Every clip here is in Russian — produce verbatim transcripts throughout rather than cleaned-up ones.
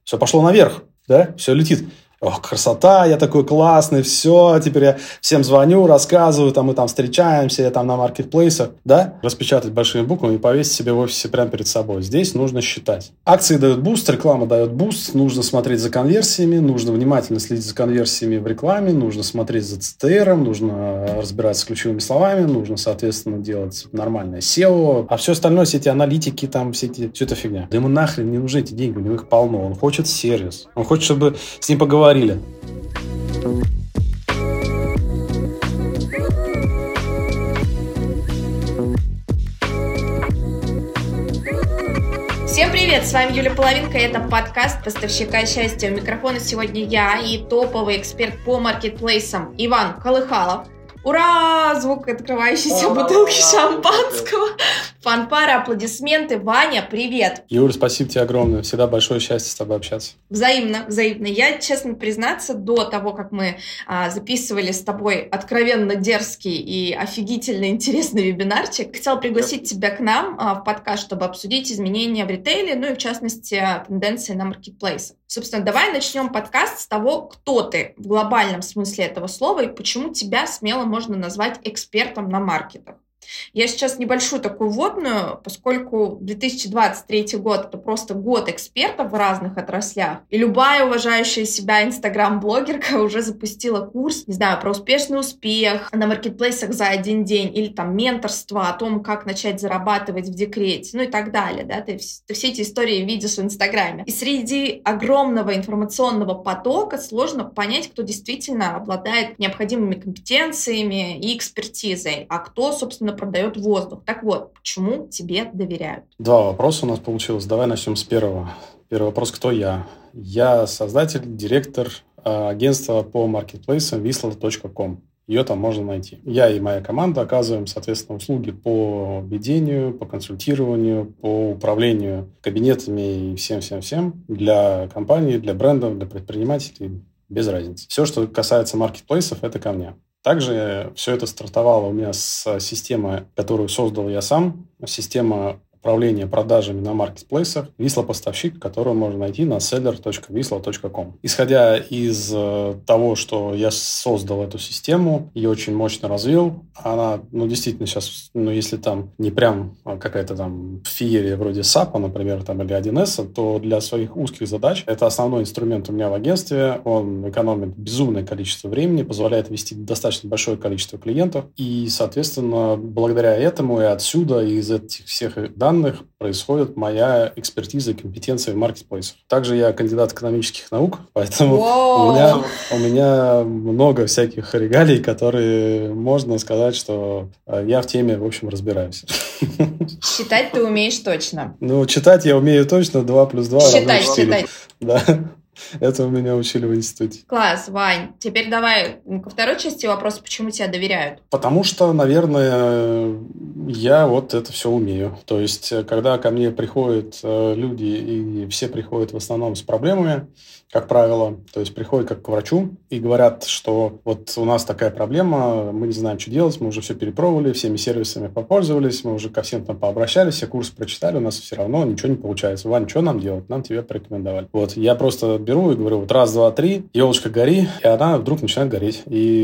Все пошло наверх, да, все летит. Ох, красота, я такой классный, все, теперь я всем звоню, рассказываю, там мы там встречаемся, я там на маркетплейсах, да, распечатать большими буквами и повесить себе в офисе прямо перед собой. Здесь нужно считать. Акции дают буст, реклама дает буст, нужно смотреть за конверсиями, нужно внимательно следить за конверсиями в рекламе, нужно смотреть за си ти ар, нужно разбираться с ключевыми словами, нужно, соответственно, делать нормальное сео, а все остальное, все эти аналитики, там, все эти, все это фигня. Да ему нахрен не нужны эти деньги, у него их полно, он хочет сервис, он хочет, чтобы с ним поговорили. Всем привет, с вами Юля Половинка, это подкаст «Поставщика счастья». У микрофона сегодня я и топовый эксперт по маркетплейсам Иван Колыхалов. Ура! Звук открывающейся бутылки шампанского. Фанфары, аплодисменты. Ваня, привет! Юля, спасибо тебе огромное. Всегда большое счастье с тобой общаться. Взаимно, взаимно. Я, честно признаться, до того, как мы а, записывали с тобой откровенно дерзкий и офигительно интересный вебинарчик, хотела пригласить тебя к нам а, в подкаст, чтобы обсудить изменения в ритейле, ну и в частности тенденции на маркетплейсах. Собственно, давай начнем подкаст с того, кто ты в глобальном смысле этого слова и почему тебя смело можно назвать экспертом на маркетах. Я сейчас небольшую такую вводную, поскольку две тысячи двадцать третий год – это просто год экспертов в разных отраслях, и любая уважающая себя инстаграм-блогерка уже запустила курс, не знаю, про успешный успех на маркетплейсах за один день, или там менторство о том, как начать зарабатывать в декрете, ну и так далее, да, ты, ты все эти истории видишь в инстаграме. И среди огромного информационного потока сложно понять, кто действительно обладает необходимыми компетенциями и экспертизой, а кто, собственно, продает воздух. Так вот, почему тебе доверяют? Два вопроса у нас получилось. Давай начнем с первого. Первый вопрос: кто я? Я создатель, директор э, агентства по маркетплейсам висла точка ком. Ее там можно найти. Я и моя команда оказываем, соответственно, услуги по ведению, по консультированию, по управлению кабинетами и всем-всем-всем для компаний, для брендов, для предпринимателей, без разницы. Все, что касается маркетплейсов, это ко мне. Также все это стартовало у меня с системы, которую создал я сам, система управления продажами на маркетплейсах Висла-поставщик, которую можно найти на селлер точка висла точка ком. Исходя из того, что я создал эту систему, ее очень мощно развил, она, ну, действительно сейчас, ну, если там не прям какая-то там феерия вроде сапа, например, там, или один эс, то для своих узких задач это основной инструмент у меня в агентстве. Он экономит безумное количество времени, позволяет вести достаточно большое количество клиентов. И, соответственно, благодаря этому и отсюда, и из этих всех данных происходит моя экспертиза и компетенция в маркетплейсах. Также я кандидат экономических наук, поэтому у меня, у меня много всяких регалий, которые можно сказать, что я в теме, в общем, разбираюсь. Считать ты умеешь точно. Ну, читать я умею точно. два плюс два равно четыре. Считать, считать. Да. Это у меня учили в институте. Класс, Вань. Теперь давай ко второй части вопроса, почему тебя доверяют? Потому что, наверное, я вот это все умею. То есть, когда ко мне приходят люди, и все приходят в основном с проблемами, как правило, то есть приходят как к врачу и говорят, что вот у нас такая проблема, мы не знаем, что делать, мы уже все перепробовали, всеми сервисами попользовались, мы уже ко всем там пообращались, все курсы прочитали, у нас все равно ничего не получается. Вань, что нам делать? Нам тебя порекомендовали. Вот, я просто беру и говорю, вот раз, два, три, елочка гори, и она вдруг начинает гореть.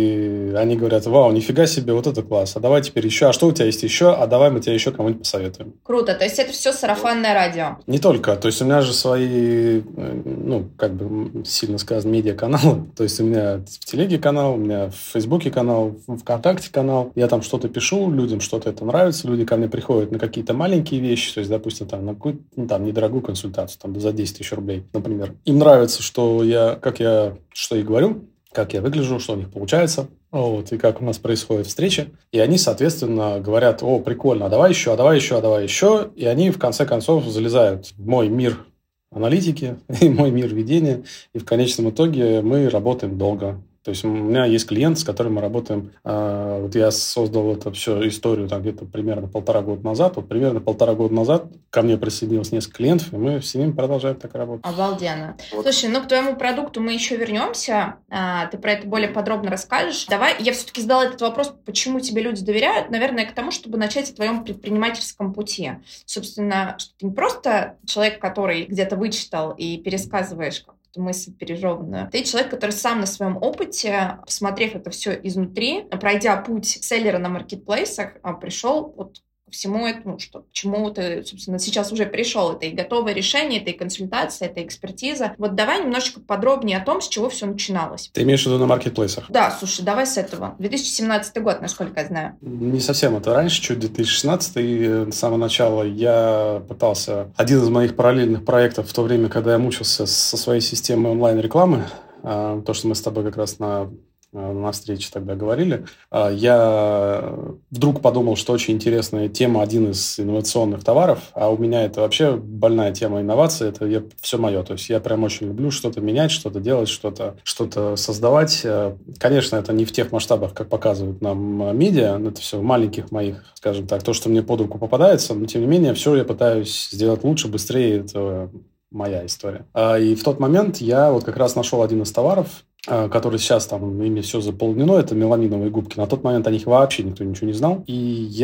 И они говорят, вау, нифига себе, вот это класс, а давай теперь еще, а что у тебя есть еще, а давай мы тебя еще кому-нибудь посоветуем. Круто, то есть это все сарафанное радио? Не только, то есть у меня же свои, ну, как бы сильно сказано, медиа-каналы, то есть у меня в Телеге канал, у меня в Фейсбуке канал, в ВКонтакте канал, я там что-то пишу, людям что-то это нравится, люди ко мне приходят на какие-то маленькие вещи, то есть, допустим, там, на какую-то, ну, там, недорогую консультацию, там, за десять тысяч рублей, например. Им нравится, что я, как я, что я говорю, как я выгляжу, что у них получается, вот, и как у нас происходят встречи. И они, соответственно, говорят, о, прикольно, а давай еще, а давай еще, а давай еще. И они, в конце концов, залезают в мой мир аналитики и мой мир ведения. И в конечном итоге мы работаем долго. То есть у меня есть клиент, с которым мы работаем. Э, вот я создал эту всю историю там где-то примерно полтора года назад. Вот примерно полтора года назад ко мне присоединилось несколько клиентов, и мы с ними продолжаем так работать. Обалденно. Вот. Слушай, ну к твоему продукту мы еще вернемся. А, ты про это более подробно расскажешь. Давай, я все-таки задала этот вопрос, почему тебе люди доверяют. Наверное, к тому, чтобы начать о твоем предпринимательском пути. Собственно, что ты не просто человек, который где-то вычитал и пересказываешь какую-то мысль пережеванную. Ты человек, который сам на своем опыте, посмотрев это все изнутри, пройдя путь селлера на маркетплейсах, пришел вот всему этому, что, к чему ты, собственно, сейчас уже пришел. Это и готовое решение, это и консультация, это и экспертиза. Вот давай немножечко подробнее о том, с чего все начиналось. Ты имеешь в виду на маркетплейсах? Да, слушай, давай с этого. две тысячи семнадцатый год, насколько я знаю. Не совсем это раньше, чуть две тысячи шестнадцатый. С самого начала я пытался... Один из моих параллельных проектов в то время, когда я мучился со своей системой онлайн-рекламы, то, что мы с тобой как раз на... на встрече тогда говорили, я вдруг подумал, что очень интересная тема, один из инновационных товаров, а у меня это вообще больная тема инноваций, это я, все мое. То есть я прям очень люблю что-то менять, что-то делать, что-то, что-то создавать. Конечно, это не в тех масштабах, как показывают нам медиа, это все в маленьких моих, скажем так, то, что мне под руку попадается, но тем не менее все я пытаюсь сделать лучше, быстрее, это моя история. И в тот момент я вот как раз нашел один из товаров, который сейчас там ими все заполнено, это меламиновые губки. На тот момент о них вообще никто ничего не знал. И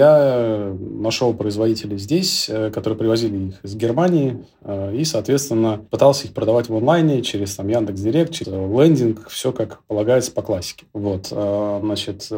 я нашел производителей здесь, которые привозили их из Германии, и, соответственно, пытался их продавать в онлайне через там Яндекс.Директ, через лендинг, все как полагается по классике. Вот, значит,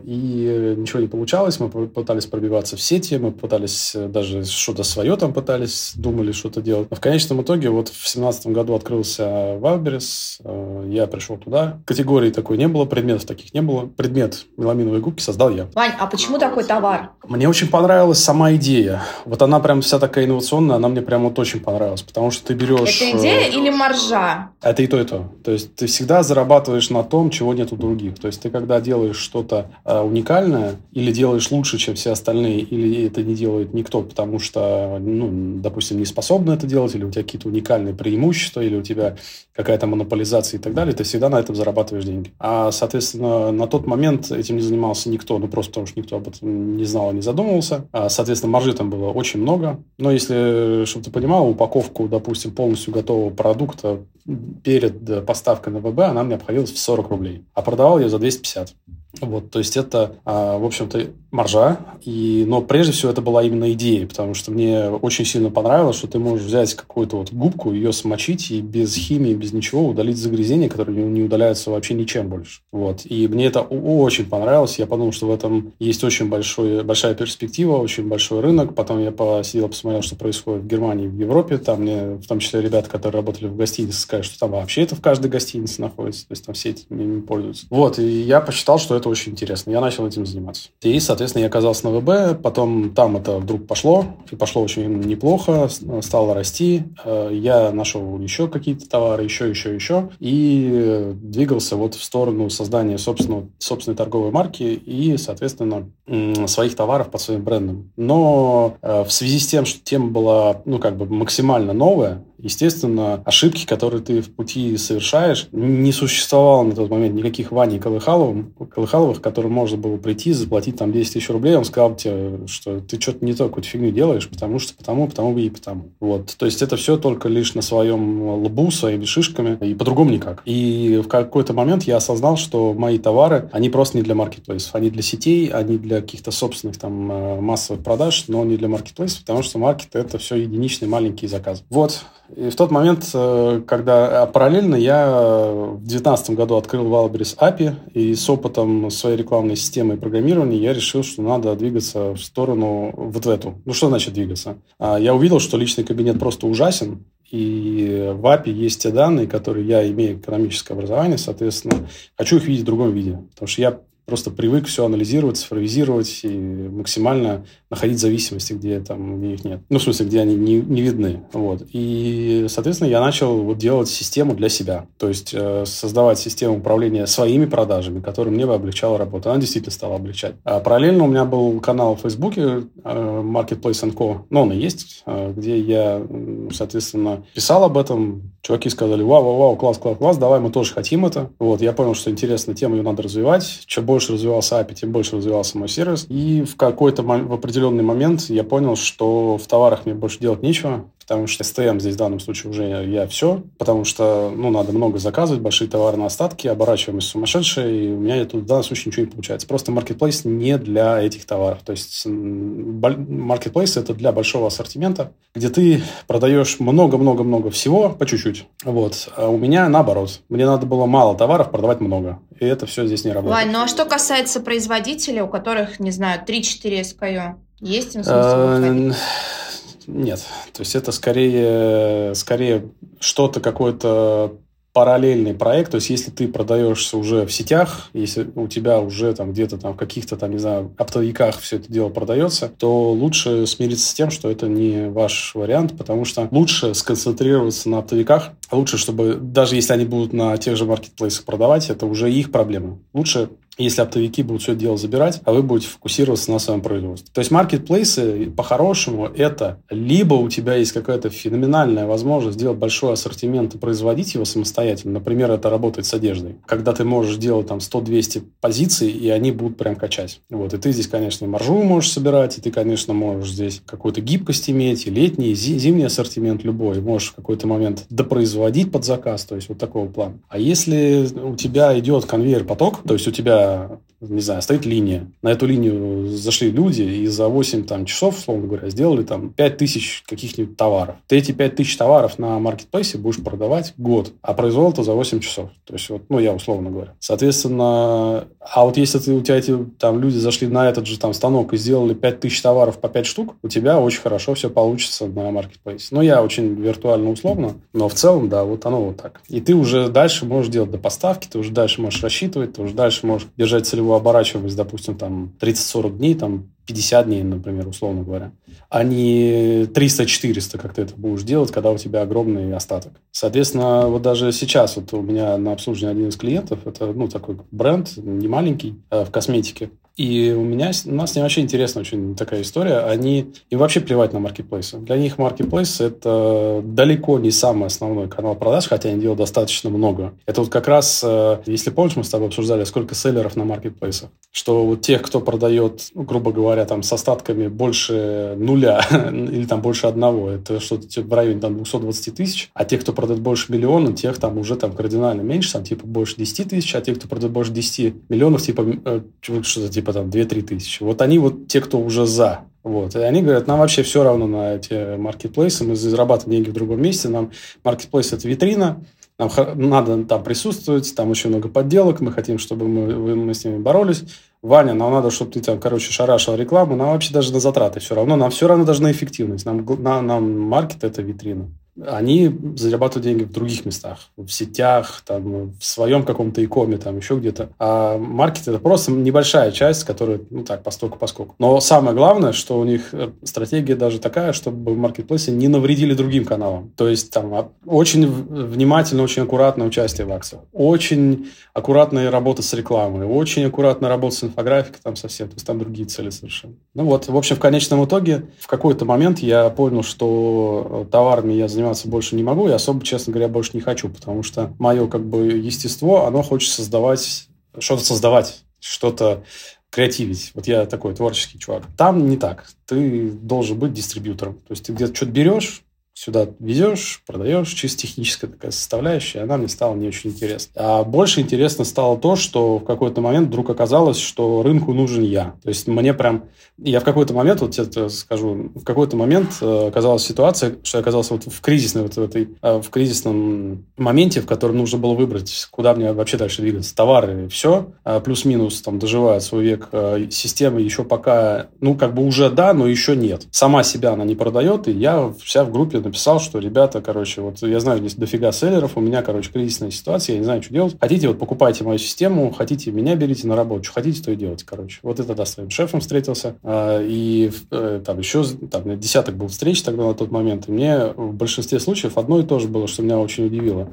и ничего не получалось. Мы пытались пробиваться в сети, мы пытались даже что-то свое там пытались, думали что-то делать. Но в конечном итоге вот в семнадцатом году открылся Wildberries, я пришел туда. Категории такой не было, предметов таких не было. Предмет меламиновые губки создал я. Вань, а почему такой товар? Мне очень понравилась сама идея. Вот она прям вся такая инновационная, она мне прям вот очень понравилась. Потому что ты берешь... Это идея или маржа? Это и то, и то. То есть ты всегда зарабатываешь на том, чего нет у других. То есть ты когда делаешь что-то э, уникальное, или делаешь лучше, чем все остальные, или это не делает никто, потому что, ну, допустим, не способны это делать, или у тебя какие-то уникальные преимущества, или у тебя какая-то монополизация и так далее, ты всегда на этом зарабатываешь деньги. А, соответственно, на тот момент этим не занимался никто, ну, просто потому что никто об этом не знал и не задумывался. А, соответственно, маржи там было очень много. Но если, чтобы ты понимал, упаковку, допустим, полностью готового продукта перед поставкой на ВБ, она мне обходилась в сорок рублей. А продавал я за двести пятьдесят. Вот, то есть это, в общем-то, маржа, и, но прежде всего это была именно идея, потому что мне очень сильно понравилось, что ты можешь взять какую-то вот губку, ее смочить и без химии, без ничего удалить загрязнения, которые не удаляются вообще ничем больше. Вот, и мне это очень понравилось, я подумал, что в этом есть очень большой, большая перспектива, очень большой рынок. Потом я посидел, посмотрел, что происходит в Германии, в Европе, там мне, в том числе ребята, которые работали в гостинице, сказали, что там вообще это в каждой гостинице находится, то есть там все этим не пользуются. Вот, и я посчитал, что это очень интересно. Я начал этим заниматься. И, соответственно, я оказался на ВБ, потом там это вдруг пошло, и пошло очень неплохо, стало расти. Я нашел еще какие-то товары, еще, еще, еще, и двигался вот в сторону создания собственного, собственной торговой марки и, соответственно, своих товаров под своим брендом. Но в связи с тем, что тема была, ну, как бы максимально новая, естественно, ошибки, которые ты в пути совершаешь, не существовало на тот момент никаких Ваней Колыхаловых, Колыхаловых, к которым можно было прийти, заплатить там десять тысяч рублей, он сказал тебе, что ты что-то не то, какую-то фигню делаешь, потому что потому, потому и потому. Вот. То есть это все только лишь на своем лбу, своими шишками, и по-другому никак. И в какой-то момент я осознал, что мои товары, они просто не для маркетплейсов, они для сетей, они для каких-то собственных там массовых продаж, но не для маркетплейсов, потому что маркет – это все единичные маленькие заказы. Вот. И в тот момент, когда параллельно я в две тысячи девятнадцатом году открыл Wildberries эй пи ай, и с опытом своей рекламной системы и программирования я решил, что надо двигаться в сторону вот в эту. Ну, что значит двигаться? Я увидел, что личный кабинет просто ужасен, и в эй пи ай есть те данные, которые я имею экономическое образование, соответственно, хочу их видеть в другом виде. Потому что я просто привык все анализировать, цифровизировать и максимально находить зависимости, где, там, где их нет. Ну, в смысле, где они не, не видны. Вот. И, соответственно, я начал вот делать систему для себя. То есть, э, создавать систему управления своими продажами, которая мне бы облегчала работу. Она действительно стала облегчать. А параллельно у меня был канал в Фейсбуке э, Marketplace энд Co. Ну, он и есть, э, где я, соответственно, писал об этом. Чуваки сказали: вау, вау, вау, класс, класс, класс, давай, мы тоже хотим это. Вот, я понял, что интересная тема, ее надо развивать. Чем больше развивался эй пи ай, тем больше развивался мой сервис. И в какой-то в определенный момент я понял, что в товарах мне больше делать нечего, потому что эс тэ эм здесь в данном случае уже я, я все, потому что, ну, надо много заказывать, большие товары на остатки, оборачиваемость сумасшедшая, и у меня тут в данном случае ничего не получается. Просто маркетплейс не для этих товаров. То есть маркетплейс – это для большого ассортимента, где ты продаешь много-много-много всего по чуть-чуть. Вот. А у меня наоборот. Мне надо было мало товаров продавать много. И это все здесь не работает. Вань, ну а что касается производителей, у которых, не знаю, три-четыре эс ка ю, есть им смысл? Нет. То есть это скорее, скорее что-то, какое-то параллельный проект. То есть если ты продаешься уже в сетях, если у тебя уже там где-то там в каких-то там, не знаю, оптовиках все это дело продается, то лучше смириться с тем, что это не ваш вариант, потому что лучше сконцентрироваться на оптовиках. Лучше, чтобы даже если они будут на тех же маркетплейсах продавать, это уже их проблемы. Лучше, если оптовики будут все это дело забирать, а вы будете фокусироваться на своем производстве. То есть маркетплейсы, по-хорошему, это либо у тебя есть какая-то феноменальная возможность сделать большой ассортимент и производить его самостоятельно. Например, это работает с одеждой. Когда ты можешь делать там сто-двести позиций, и они будут прям качать. Вот. И ты здесь, конечно, маржу можешь собирать, и ты, конечно, можешь здесь какую-то гибкость иметь, и летний, и зимний ассортимент любой. Можешь в какой-то момент допроизводить под заказ, то есть вот такого плана. А если у тебя идет конвейер-поток, то есть у тебя не знаю, стоит линия. На эту линию зашли люди и за восемь там, часов, условно говоря, сделали там пять тысяч каких-нибудь товаров. Ты эти пять тысяч товаров на маркетплейсе будешь продавать год, а произвел-то за восемь часов. То есть, вот, ну, я условно говоря. Соответственно, а вот если ты, у тебя эти там люди зашли на этот же там станок и сделали пять тысяч товаров по пять штук, у тебя очень хорошо все получится на маркетплейсе. Ну, я очень виртуально условно, но в целом, да, вот оно вот так. И ты уже дальше можешь делать до поставки, ты уже дальше можешь рассчитывать, ты уже дальше можешь держать целевую оборачиваемость, допустим, там тридцать-сорок дней, там пятьдесят дней, например, условно говоря, а не триста-четыреста, как ты это будешь делать, когда у тебя огромный остаток. Соответственно, вот даже сейчас вот у меня на обслуживании один из клиентов, это, ну, такой бренд, не маленький, в косметике. И у меня, у нас с ним вообще интересная очень такая история. Они, им вообще плевать на маркетплейсы. Для них маркетплейс – это далеко не самый основной канал продаж, хотя они делают достаточно много. Это вот как раз, если помнишь, мы с тобой обсуждали, сколько селлеров на маркетплейсах. Что вот тех, кто продает, ну, грубо говоря, там, с остатками больше нуля или там больше одного, это что-то в районе там, двести двадцать тысяч. А те, кто продает больше миллиона, тех там уже там кардинально меньше, там типа больше десять тысяч. А те, кто продает больше десять миллионов, типа что-то типа типа там две-три тысячи. Вот они вот те, кто уже за. Вот. И они говорят, нам вообще все равно на эти маркетплейсы, мы зарабатываем деньги в другом месте, нам маркетплейс – это витрина, нам надо там присутствовать, там очень много подделок, мы хотим, чтобы мы, мы с ними боролись. Ваня, нам надо, чтобы ты там, короче, шарашил рекламу, нам вообще даже на затраты все равно, нам все равно даже на эффективность, нам, на, нам маркет – это витрина. Они зарабатывают деньги в других местах, в сетях, там, в своем каком-то икоме, там, еще где-то. А маркет – это просто небольшая часть, которая, ну так, постольку-поскольку. Но самое главное, что у них стратегия даже такая, чтобы маркетплейсы не навредили другим каналам. То есть там очень внимательно, очень аккуратное участие в акциях, очень аккуратная работа с рекламой, очень аккуратная работа с инфографикой, там совсем, то есть там другие цели совершенно. Ну вот, в общем, в конечном итоге, в какой-то момент я понял, что товарами я занимаюсь больше не могу, и особо, честно говоря, больше не хочу, потому что мое как бы естество, оно хочет создавать, что-то создавать, что-то креативить. Вот я такой творческий чувак. Там не так. Ты должен быть дистрибьютором. То есть ты где-то что-то берешь, сюда везешь, продаешь, чисто техническая такая составляющая, она мне стала не очень интересна. А больше интересно стало то, что в какой-то момент вдруг оказалось, что рынку нужен я. То есть мне прям... Я в какой-то момент, вот тебе скажу, в какой-то момент оказалась ситуация, что я оказался вот в кризисной, вот в этой, в кризисном моменте, в котором нужно было выбрать, куда мне вообще дальше двигаться. Товары, все, плюс-минус там доживает свой век. Система еще пока, ну, как бы уже да, но еще нет. Сама себя она не продает, и я вся в группе написал, что, ребята, короче, вот я знаю, здесь дофига селлеров, у меня, короче, кризисная ситуация, я не знаю, что делать. Хотите, вот покупайте мою систему, хотите, меня берите на работу, что хотите, то и делайте, короче. Вот это, да, с своим шефом встретился. И там еще там, десяток был встреч тогда на тот момент. И мне в большинстве случаев одно и то же было, что меня очень удивило,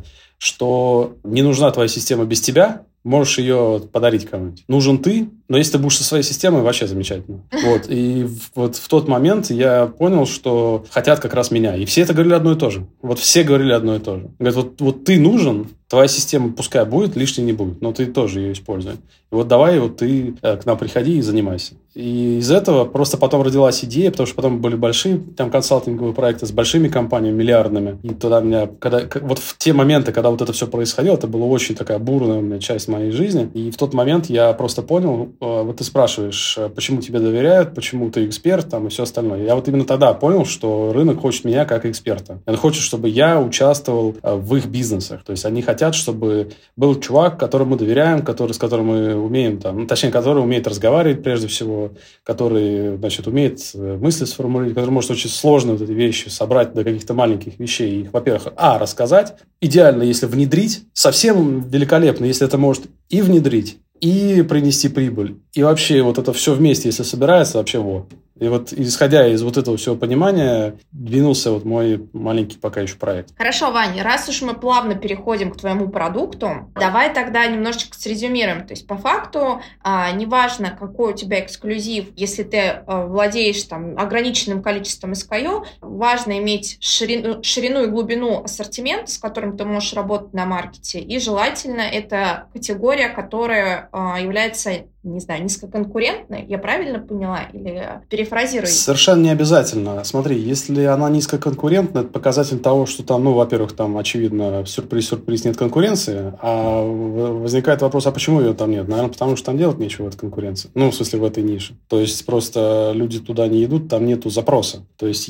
что не нужна твоя система без тебя, можешь ее подарить кому-нибудь. Нужен ты, но если ты будешь со своей системой, вообще замечательно. Вот. И вот в тот момент я понял, что хотят как раз меня. И все это говорили одно и то же. Вот все говорили одно и то же. Говорят, вот, вот ты нужен, твоя система пускай будет, лишней не будет, но ты тоже ее используй. И вот давай вот ты к нам приходи и занимайся. И из этого просто потом родилась идея, потому что потом были большие там консалтинговые проекты с большими компаниями, миллиардными. И туда меня, когда, вот в те моменты, когда вот это все происходило, это была очень такая бурная у меня часть моей жизни. И в тот момент я просто понял, вот ты спрашиваешь, почему тебе доверяют, почему ты эксперт там и все остальное. Я вот именно тогда понял, что рынок хочет меня как эксперта. Он хочет, чтобы я участвовал в их бизнесах. То есть они хотят, чтобы был чувак, которому мы доверяем, который, с которым мы умеем, там, ну, точнее, который умеет разговаривать прежде всего, который, значит, умеет мысли сформулировать, который может очень сложно вот эти вещи собрать до каких-то маленьких вещей. И их, во-первых, а, рассказать. Идеально, если внедрить. Совсем великолепно, если это может и внедрить, и принести прибыль. И вообще вот это все вместе, если собирается, вообще вот. И вот исходя из вот этого всего понимания, двинулся вот мой маленький пока еще проект. Хорошо, Ваня, раз уж мы плавно переходим к твоему продукту, давай тогда немножечко срезюмируем. То есть по факту, а, неважно, какой у тебя эксклюзив, если ты а, владеешь там ограниченным количеством эс кей ю, важно иметь ширину, ширину и глубину ассортимента, с которым ты можешь работать на маркете, и желательно это категория, которая а, является, не знаю, низкоконкурентной. Я правильно поняла? Или перефразирую? Совершенно не обязательно. Смотри, если она низкоконкурентна, это показатель того, что там, ну, во-первых, там, очевидно, сюрприз-сюрприз, нет конкуренции, а возникает вопрос, а почему ее там нет? Наверное, потому что там делать нечего в этой конкуренции. Ну, в смысле, в этой нише. То есть, просто люди туда не идут, там нету запроса. То есть,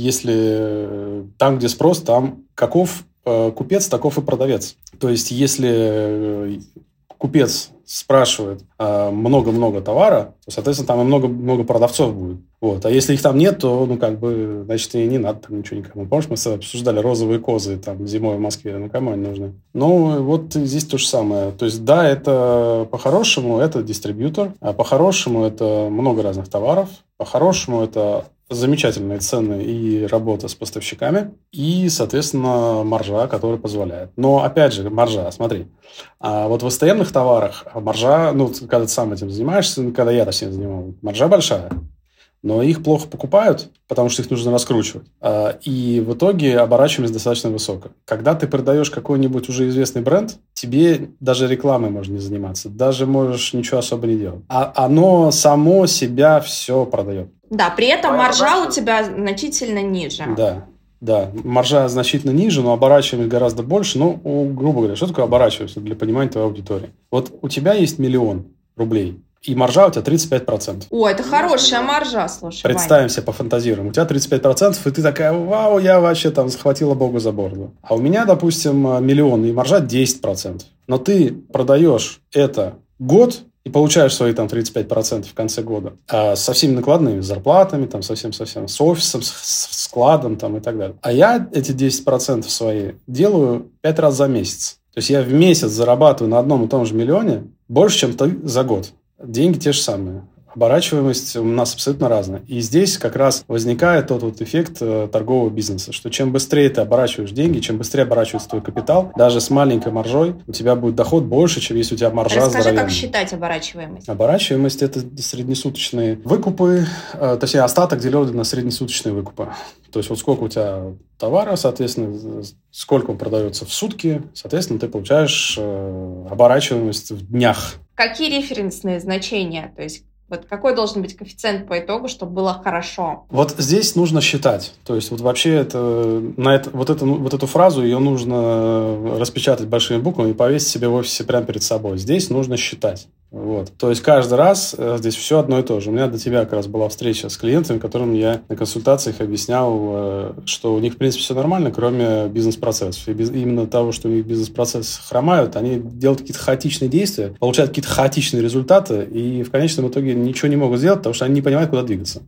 если там, где спрос, там каков купец, таков и продавец. То есть, если купец спрашивает э, много-много товара, то, соответственно, там и много-много продавцов будет. Вот. А если их там нет, то, ну, как бы, значит, и не надо там ничего никому. Помнишь, мы обсуждали розовые козы там зимой в Москве, ну, кому они нужны? Ну, вот здесь то же самое. То есть, да, это по-хорошему, это дистрибьютор, а по-хорошему это много разных товаров, по-хорошему это замечательные цены и работа с поставщиками, и, соответственно, маржа, которая позволяет. Но, опять же, маржа, смотри, а вот в постоянных товарах маржа, ну, когда ты сам этим занимаешься, когда я, точнее, занимаюсь, маржа большая, но их плохо покупают, потому что их нужно раскручивать. И в итоге оборачиваемость достаточно высокая. Когда ты продаешь какой-нибудь уже известный бренд, тебе даже рекламой можно не заниматься, даже можешь ничего особо не делать. А оно само себя все продает. Да, при этом маржа у тебя значительно ниже. Да, да. Маржа значительно ниже, но оборачиваемость гораздо больше. Ну, грубо говоря, что такое оборачиваемость для понимания твоей аудитории? Вот у тебя есть миллион рублей, и маржа у тебя тридцать пять процентов. О, это хорошая маржа, слушай, Представим себе, пофантазируем. У тебя тридцать пять процентов, и ты такая, вау, я вообще там схватила Бога за бороду. А у меня, допустим, миллион, и маржа десять процентов. Но ты продаешь это год, и получаешь свои там тридцать пять процентов в конце года. А со всеми накладными зарплатами, там, совсем-совсем, с офисом, с, с складом там, и так далее. А я эти десять процентов свои делаю пять раз за месяц. То есть я в месяц зарабатываю на одном и том же миллионе больше, чем ты за год. Деньги те же самые. Оборачиваемость у нас абсолютно разная. И здесь как раз возникает тот вот эффект э, торгового бизнеса, что чем быстрее ты оборачиваешь деньги, чем быстрее оборачивается твой капитал, даже с маленькой маржой у тебя будет доход больше, чем если у тебя маржа здоровенная. Расскажи, как считать оборачиваемость? Оборачиваемость – это среднесуточные выкупы, э, точнее, остаток делен на среднесуточные выкупы. То есть, вот сколько у тебя товара, соответственно, сколько он продается в сутки, соответственно, ты получаешь э, оборачиваемость в днях. Какие референсные значения? То есть, вот какой должен быть коэффициент по итогу, чтобы было хорошо? Вот здесь нужно считать. То есть, вот вообще это, на это, вот, это, вот эту фразу ее нужно распечатать большими буквами и повесить себе в офисе прямо перед собой. Здесь нужно считать. Вот. То есть, каждый раз здесь все одно и то же. У меня до тебя как раз была встреча с клиентами, которым я на консультациях объяснял, что у них, в принципе, все нормально, кроме бизнес-процессов. И без, именно того, что у них бизнес-процессы хромают, они делают какие-то хаотичные действия, получают какие-то хаотичные результаты, и в конечном итоге ничего не могут сделать, потому что они не понимают, куда двигаться.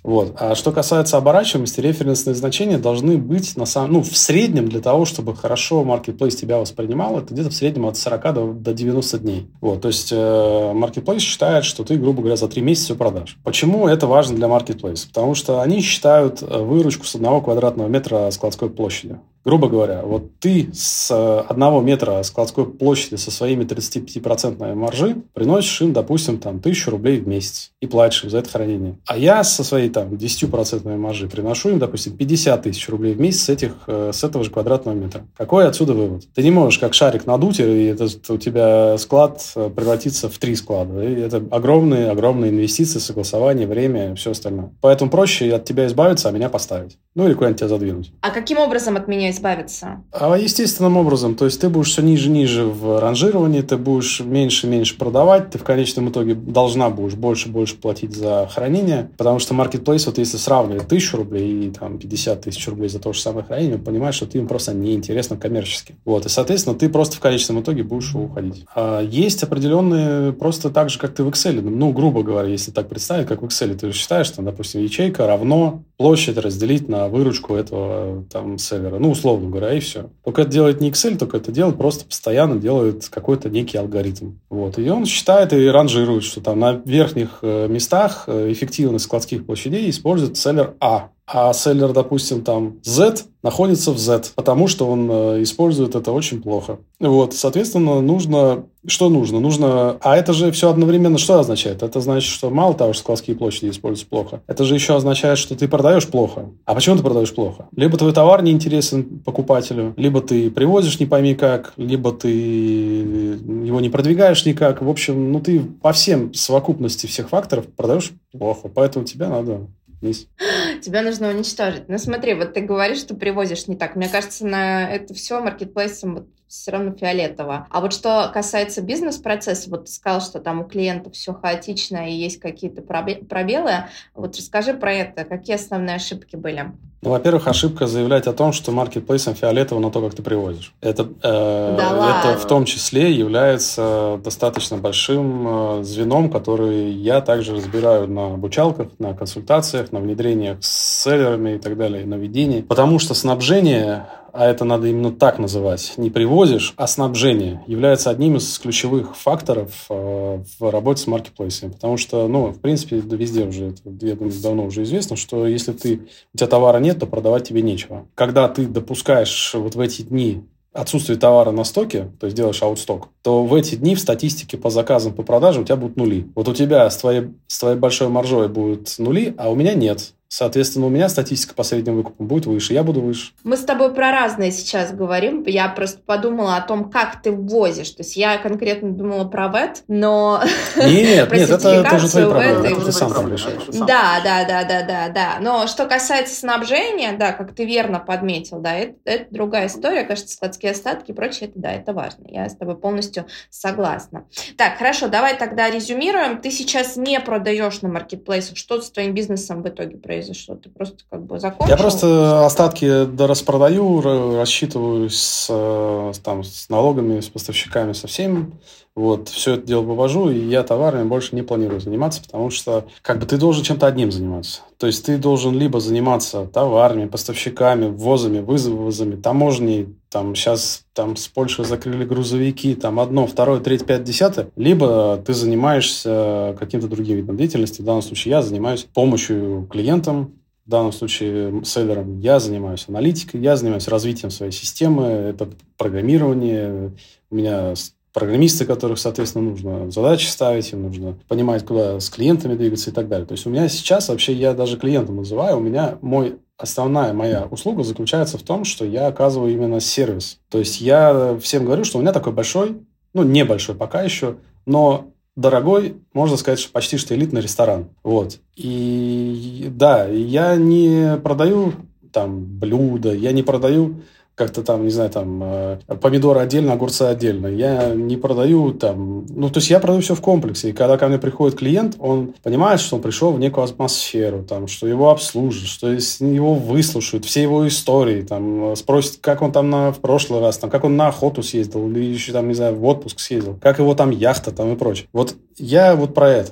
Вот. А что касается оборачиваемости, референсные значения должны быть на самом, ну, в среднем для того, чтобы хорошо Marketplace тебя воспринимал, это где-то в среднем от сорока до, до девяноста дней. Вот. То есть э, Marketplace считает, что ты, грубо говоря, за три месяца все продашь. Почему это важно для Marketplace? Потому что они считают выручку с одного квадратного метра складской площади. Грубо говоря, вот ты с одного метра складской площади со своими тридцать пять процентов маржи приносишь им, допустим, там, тысячу рублей в месяц и платишь им за это хранение. А я со своей там, десять процентов маржи приношу им, допустим, пятьдесят тысяч рублей в месяц с, этих, с этого же квадратного метра. Какой отсюда вывод? Ты не можешь как шарик надуть, и это, у тебя склад превратится в три склада. И это огромные-огромные инвестиции, согласование, время и все остальное. Поэтому проще от тебя избавиться, а меня поставить. Ну или куда-нибудь тебя задвинуть. А каким образом от меня избавиться? А естественным образом. То есть ты будешь все ниже и ниже в ранжировании, ты будешь меньше и меньше продавать, ты в конечном итоге должна будешь больше и больше платить за хранение, потому что Marketplace, вот если сравнивать тысячу рублей и там, пятьдесят тысяч рублей за то же самое хранение, понимаешь, что ты им просто неинтересно коммерчески. Вот. И, соответственно, ты просто в конечном итоге будешь уходить. А есть определенные, просто так же, как ты в Excel, ну, грубо говоря, если так представить, как в Excel, ты же считаешь, что, допустим, ячейка равно площадь разделить на выручку этого там селлера. Ну, условно говоря, и все. Только это делает не Excel, только это делает просто постоянно делает какой-то некий алгоритм. Вот. И он считает и ранжирует, что там на верхних местах эффективность складских площадей использует селлер А. А селлер, допустим, там Z находится в Z, потому что он э, использует это очень плохо. Вот, соответственно, нужно... Что нужно? Нужно... А это же все одновременно что означает? Это значит, что мало того, что складские площади используются плохо, это же еще означает, что ты продаешь плохо. А почему ты продаешь плохо? Либо твой товар не интересен покупателю, либо ты привозишь не пойми как, либо ты его не продвигаешь никак. В общем, ну ты по всем совокупности всех факторов продаешь плохо. Поэтому тебе надо... Есть. Тебя нужно уничтожить. Ну смотри, вот ты говоришь, что привозишь не так. Мне кажется, на это все маркетплейсом вот все равно фиолетово. А вот что касается бизнес-процесса, вот ты сказал, что там у клиентов все хаотично и есть какие-то пробелы. Вот расскажи про это. Какие основные ошибки были? Ну, во-первых, ошибка заявлять о том, что маркетплейсом фиолетово на то, как ты привозишь. Это, э, да это в том числе является достаточно большим э, звеном, который я также разбираю на обучалках, на консультациях, на внедрениях с селлерами и так далее, на ведении. Потому что снабжение, а это надо именно так называть, не привозишь, а снабжение является одним из ключевых факторов э, в работе с маркетплейсами. Потому что, ну, в принципе, везде уже, это, я думаю, давно уже известно, что если ты, у тебя товара нет, то продавать тебе нечего. Когда ты допускаешь вот в эти дни отсутствие товара на стоке, то есть делаешь аутсток, то в эти дни в статистике по заказам, по продажам у тебя будут нули. Вот у тебя с твоей, с твоей большой маржой будут нули, а у меня нет. Соответственно, у меня статистика по средним выкупам будет выше, я буду выше. Мы с тобой про разные сейчас говорим. Я просто подумала о том, как ты ввозишь. То есть я конкретно думала про вэт, но... Нет, нет, это тоже твои проблемы, это ты сам там решаешь. Да, да, да, да, да, да. Но что касается снабжения, да, как ты верно подметил, да, это, это другая история. Кажется, складские остатки и прочее, это, да, это важно. Я с тобой полностью согласна. Так, хорошо, давай тогда резюмируем. Ты сейчас не продаешь на маркетплейсах. Что с твоим бизнесом в итоге происходит? Произошло? Ты просто как бы закончил? Я просто остатки дораспродаю, рассчитываюсь с, там, с налогами, с поставщиками, со всеми. Вот, все это дело вывожу, и я товарами больше не планирую заниматься, потому что как бы ты должен чем-то одним заниматься. То есть ты должен либо заниматься товарами, поставщиками, ввозами, вывозами, таможней. Там сейчас там с Польши закрыли грузовики, там одно, второе, третье, пятое, десятое. Либо ты занимаешься каким-то другим видом деятельности. В данном случае я занимаюсь помощью клиентам, в данном случае селлером. Я занимаюсь аналитикой, я занимаюсь развитием своей системы, это программирование. У меня программисты, которых, соответственно, нужно задачи ставить, им нужно понимать, куда с клиентами двигаться и так далее. То есть у меня сейчас вообще, я даже клиентом называю, у меня мой основная моя услуга заключается в том, что я оказываю именно сервис. То есть я всем говорю, что у меня такой большой, ну, небольшой пока еще, но дорогой, можно сказать, что почти что элитный ресторан. Вот. И да, я не продаю там блюда, я не продаю как-то там, не знаю, там, э, помидоры отдельно, огурцы отдельно. Я не продаю там... Ну, то есть я продаю все в комплексе. И когда ко мне приходит клиент, он понимает, что он пришел в некую атмосферу, там, что его обслужат, что его выслушают, все его истории, там, спросят, как он там на, в прошлый раз, там, как он на охоту съездил, или еще там, не знаю, в отпуск съездил, как его там яхта там и прочее. Вот я вот про это.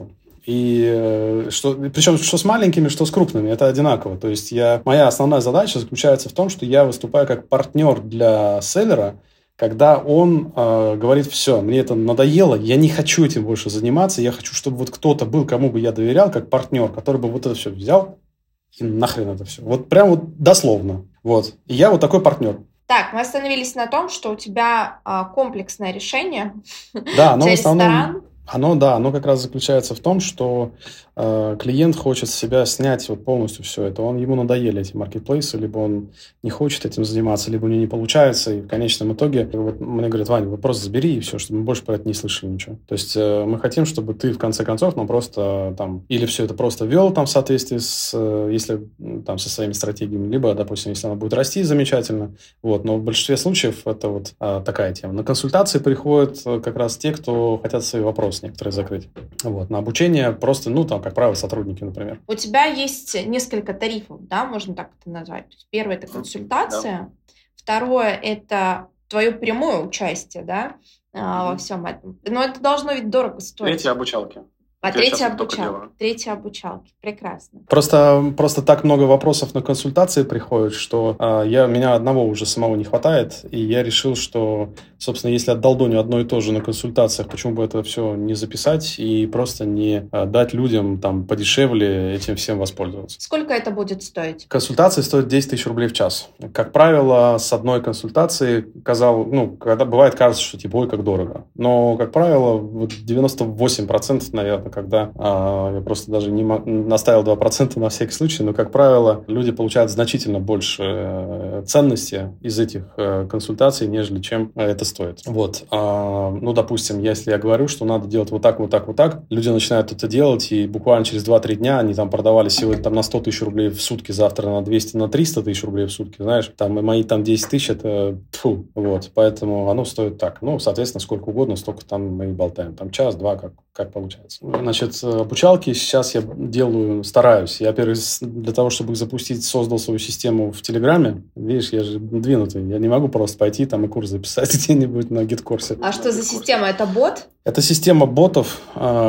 И что, причем что с маленькими, что с крупными, это одинаково. То есть я, моя основная задача заключается в том, что я выступаю как партнер для селлера, когда он э, говорит, все, мне это надоело, я не хочу этим больше заниматься, я хочу, чтобы вот кто-то был, кому бы я доверял, как партнер, который бы вот это все взял и нахрен это все. Вот прям вот дословно. Вот. И я вот такой партнер. Так, мы остановились на том, что у тебя а, комплексное решение. Да, оно у тебя в основном... ресторан. Оно, да, оно как раз заключается в том, что э, клиент хочет с себя снять вот полностью все это. Он, ему надоели эти маркетплейсы, либо он не хочет этим заниматься, либо у него не получается. И в конечном итоге вот мне говорят, Ваня, вы просто забери и все, чтобы мы больше про это не слышали ничего. То есть э, мы хотим, чтобы ты в конце концов, ну, просто там, или все это просто вел там в соответствии с, э, если там со своими стратегиями, либо, допустим, если она будет расти, замечательно. Вот, но в большинстве случаев это вот э, такая тема. На консультации приходят как раз те, кто хотят свои вопросы некоторые закрыть. Вот. На обучение просто, ну, там, как правило, сотрудники, например. У тебя есть несколько тарифов, да, можно так это назвать. То есть первое – это консультация. Да. Второе – это твое прямое участие, да, mm-hmm. во всем этом. Но это должно ведь дорого стоить. Третье – обучалки. А третья обучалка. Третья обучалки. Прекрасно. Просто, просто так много вопросов на консультации приходит, что э, я, меня одного уже самого не хватает, и я решил, что, собственно, если отдолдоню одно и то же на консультациях, почему бы это все не записать и просто не э, дать людям там подешевле этим всем воспользоваться. Сколько это будет стоить? Консультации стоят десять тысяч рублей в час. Как правило, с одной консультации, казалось, ну, когда бывает, кажется, что типа, ой, как дорого. Но, как правило, вот девяносто восемь процентов, наверное, когда а, я просто даже не мо- наставил два процента на всякий случай, но, как правило, люди получают значительно больше э, ценности из этих э, консультаций, нежели чем это стоит. Вот. А, ну, допустим, если я говорю, что надо делать вот так, вот так, вот так, люди начинают это делать, и буквально через два-три дня они там продавали сегодня там, на сто тысяч рублей в сутки, завтра на двести, на триста тысяч рублей в сутки, знаешь, там и мои там десять тысяч, это тьфу, вот, поэтому оно стоит так. Ну, соответственно, сколько угодно, столько там мы и болтаем. Там час-два, как, как получается. Значит, обучалки сейчас я делаю, стараюсь. Я, во-первых, для того, чтобы их запустить, создал свою систему в Телеграме. Видишь, я же двинутый. Я не могу просто пойти там и курс записать где-нибудь на гид-курсе. А что за система? Это бот? Это система ботов,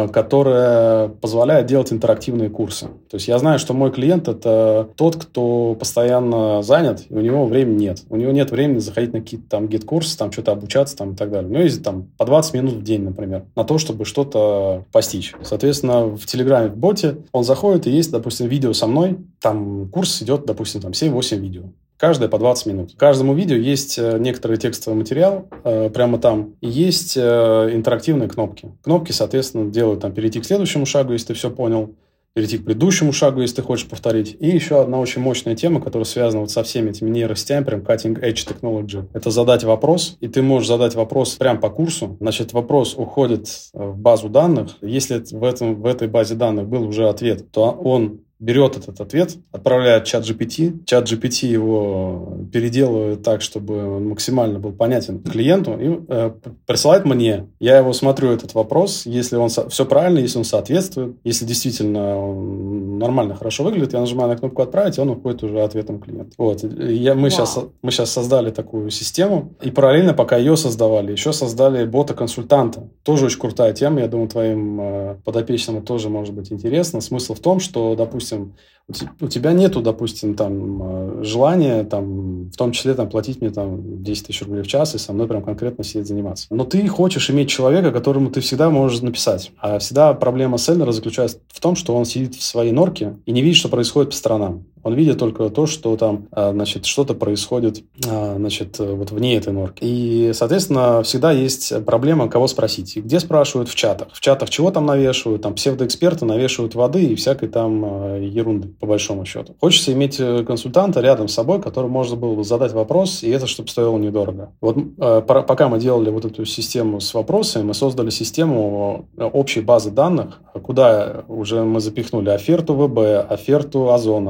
которая позволяет делать интерактивные курсы. То есть я знаю, что мой клиент – это тот, кто постоянно занят, и у него времени нет. У него нет времени заходить на какие-то там гид-курсы, там что-то обучаться там, и так далее. У него есть там по двадцать минут в день, например, на то, чтобы что-то постичь. Соответственно, в Телеграме, в боте он заходит, и есть, допустим, видео со мной. Там курс идет, допустим, там семь-восемь видео. Каждое по двадцать минут. К каждому видео есть некоторый текстовый материал э, прямо там. И есть э, интерактивные кнопки. Кнопки, соответственно, делают там перейти к следующему шагу, если ты все понял. Перейти к предыдущему шагу, если ты хочешь повторить. И еще одна очень мощная тема, которая связана вот со всеми этими нейросетями, прям cutting edge technology. Это задать вопрос, и ты можешь задать вопрос прямо по курсу. Значит, вопрос уходит в базу данных. Если в, этом, в этой базе данных был уже ответ, то он берет этот ответ, отправляет в чат джи пи ти. Чат джи пи ти его переделывает так, чтобы он максимально был понятен клиенту и э, присылает мне. Я его смотрю, этот вопрос. Если он со- все правильно, если он соответствует, если действительно он нормально, хорошо выглядит, я нажимаю на кнопку «Отправить», и он уходит уже ответом клиенту. Вот. Я, мы, сейчас, мы сейчас создали такую систему, и параллельно, пока ее создавали, еще создали бота-консультанта. Тоже очень крутая тема. Я думаю, твоим э, подопечным тоже может быть интересно. Смысл в том, что, допустим, у тебя нету, допустим, там, желания, там, в том числе, там, платить мне там, десять тысяч рублей в час и со мной прям конкретно сидеть заниматься. Но ты хочешь иметь человека, которому ты всегда можешь написать. А всегда проблема селлера заключается в том, что он сидит в своей норке и не видит, что происходит по сторонам. Он видит только то, что там, значит, что-то происходит, значит, вот вне этой норки. И, соответственно, всегда есть проблема, кого спросить. И где спрашивают? В чатах. В чатах чего там навешивают? Там псевдоэксперты навешивают воды и всякой там ерунды, по большому счету. Хочется иметь консультанта рядом с собой, который можно было бы задать вопрос, и это чтобы стоило недорого. Вот пока мы делали вот эту систему с вопросами, мы создали систему общей базы данных, куда уже мы запихнули оферту вэ бэ, оферту Озона, оферту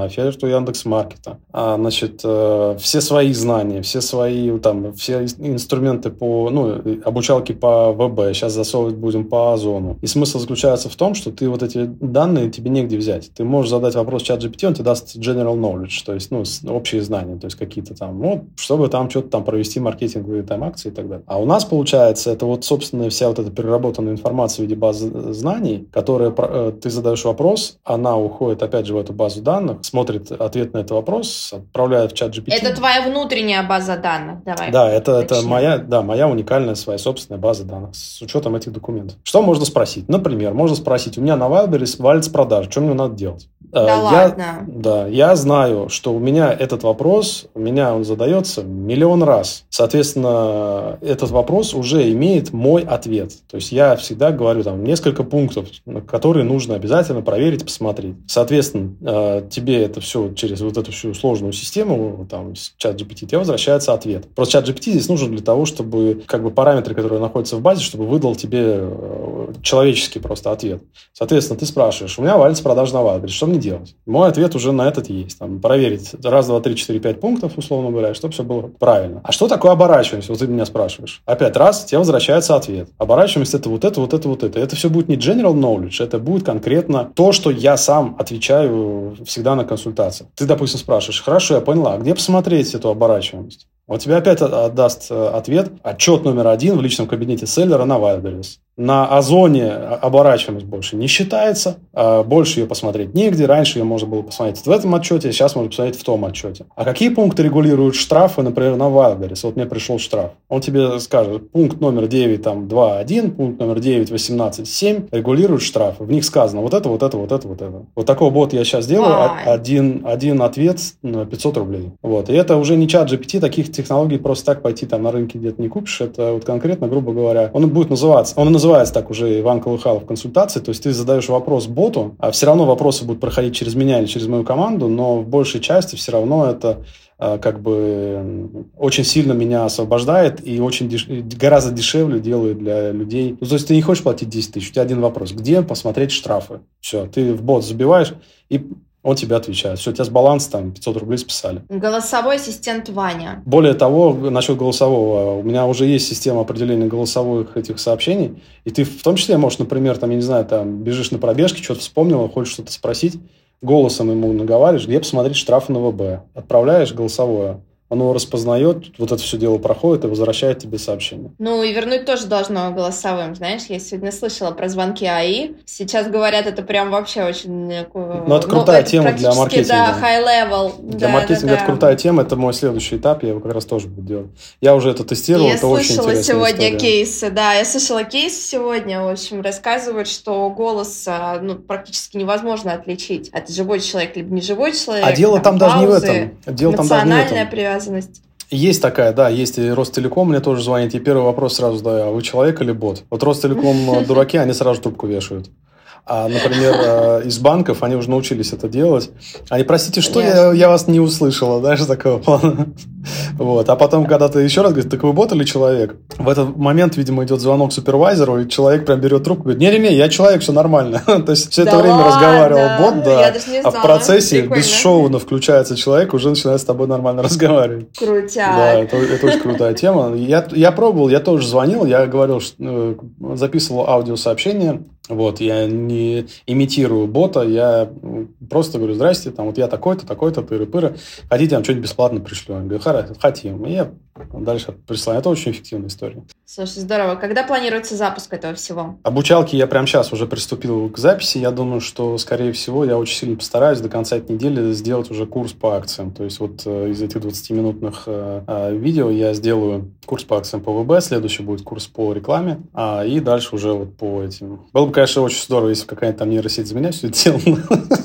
у Яндекс.Маркета, а, значит, все свои знания, все свои, там, все инструменты по, ну, обучалки по ВБ, сейчас засовывать будем по Озону. И смысл заключается в том, что ты вот эти данные тебе негде взять. Ты можешь задать вопрос ChatGPT, он тебе даст general knowledge, то есть, ну, общие знания, то есть какие-то там, ну, чтобы там что-то там провести маркетинговые там акции и так далее. А у нас, получается, это вот, собственно, вся вот эта переработанная информация в виде базы знаний, которая, ты задаешь вопрос, она уходит, опять же, в эту базу данных, смотрит ответ на этот вопрос, отправляет в ChatGPT. Это твоя внутренняя база данных, давай. Да, это, это моя, да, моя уникальная своя собственная база данных с учетом этих документов. Что можно спросить? Например, можно спросить, у меня на Wildberries валится продажа, что мне надо делать? Да я, ладно? Да, я знаю, что у меня этот вопрос, у меня он задается миллион раз. Соответственно, этот вопрос уже имеет мой ответ. То есть я всегда говорю там несколько пунктов, которые нужно обязательно проверить, посмотреть. Соответственно, тебе это все через вот эту всю сложную систему, там, с ChatGPT, тебе возвращается ответ. Просто ChatGPT здесь нужен для того, чтобы как бы параметры, которые находятся в базе, чтобы выдал тебе человеческий просто ответ. Соответственно, ты спрашиваешь, у меня валится продажа на Wildberries, что мне делать? Мой ответ уже на этот есть. Там, проверить раз, два, три, четыре, пять пунктов, условно говоря, чтобы все было правильно. А что такое оборачиваемость? Вот ты меня спрашиваешь. Опять раз, тебе возвращается ответ. Оборачиваемость – это вот это, вот это, вот это. Это все будет не general knowledge, это будет конкретно то, что я сам отвечаю всегда на консультациях. Ты, допустим, спрашиваешь, хорошо, я поняла, а где посмотреть эту оборачиваемость? Он тебе опять отдаст ответ. Отчет номер один в личном кабинете селлера на Wildberries. На Озоне оборачиваемость больше не считается. Больше ее посмотреть негде. Раньше ее можно было посмотреть в этом отчете, сейчас можно посмотреть в том отчете. А какие пункты регулируют штрафы, например, на Wildberries? Вот мне пришел штраф. Он тебе скажет, пункт номер девять, там, два, один, пункт номер девять, восемнадцать, семь регулируют штрафы. В них сказано вот это, вот это, вот это, вот это. Вот такой бот я сейчас делаю. Один, один ответ на пятьсот рублей. Вот. И это уже не чат джи пи ти, таких технологий просто так пойти там на рынке где-то не купишь. Это вот конкретно, грубо говоря, он будет называться, он называется так уже Иван Колыхалов консультации, то есть ты задаешь вопрос боту, а все равно вопросы будут проходить через меня или через мою команду, но в большей части все равно это как бы очень сильно меня освобождает и очень деш... гораздо дешевле делает для людей. Ну, то есть ты не хочешь платить десять тысяч, у тебя один вопрос. Где посмотреть штрафы? Все, ты в бот забиваешь и он тебе отвечает. Все, у тебя с баланса там пятьсот рублей списали. Голосовой ассистент Ваня. Более того, насчет голосового, у меня уже есть система определения голосовых этих сообщений, и ты в том числе можешь, например, там, я не знаю, там, бежишь на пробежке, что-то вспомнил, хочешь что-то спросить, голосом ему наговариваешь, где посмотреть штрафы на ВБ. Отправляешь голосовое. Оно распознает, вот это все дело проходит и возвращает тебе сообщение. Ну, и вернуть тоже должно голосовым, знаешь. Я сегодня слышала про звонки эй ай. Сейчас говорят, это прям вообще очень... Ну, это крутая ну, тема для маркетинга. Да, high-level. Для да, маркетинга да, это да. крутая тема, это мой следующий этап, я его как раз тоже буду делать. Я уже это тестировал, я это очень интересная история. Я слышала сегодня кейсы, да, я слышала кейс сегодня, в общем, рассказывают, что голос ну, практически невозможно отличить. Это живой человек, либо не живой человек. А дело там, там даже не в этом. Дело там даже не в этом. Привязанность. Есть такая, да, есть и Ростелеком мне тоже звонит, и первый вопрос сразу задаю, а вы человек или бот? Вот Ростелеком дураки, они сразу трубку вешают. А, например, из банков они уже научились это делать. Они, простите, что я, я вас не услышала, знаешь, такого плана. Вот. А потом, когда ты еще раз говоришь, так вы бот или человек? В этот момент, видимо, идет звонок супервайзеру, и человек прям берет трубку и говорит, не-не-не, я человек, все нормально. То есть все да это время ладно? разговаривал бот, да, а в процессе прикольно. Бесшовно включается человек, уже начинает с тобой нормально разговаривать. Крутяк. Да, это, это очень крутая тема. Я, я пробовал, я тоже звонил, я говорил, что, записывал аудиосообщение. Вот, я не имитирую бота, я просто говорю, здрасте, там, вот я такой-то, такой-то, тыры-пыры, хотите, я вам что-нибудь бесплатно пришлю? Я говорю, хотим. И я дальше присылаю. Это очень эффективная история. Слушай, здорово. Когда планируется запуск этого всего? Обучалки я прямо сейчас уже приступил к записи. Я думаю, что, скорее всего, я очень сильно постараюсь до конца этой недели сделать уже курс по акциям. То есть вот из этих двадцатиминутных э, видео я сделаю курс по акциям по ВБ, следующий будет курс по рекламе, а, и дальше уже вот по этим. Было бы, конечно, очень здорово, если какая-то там нейросеть за меня все это делала.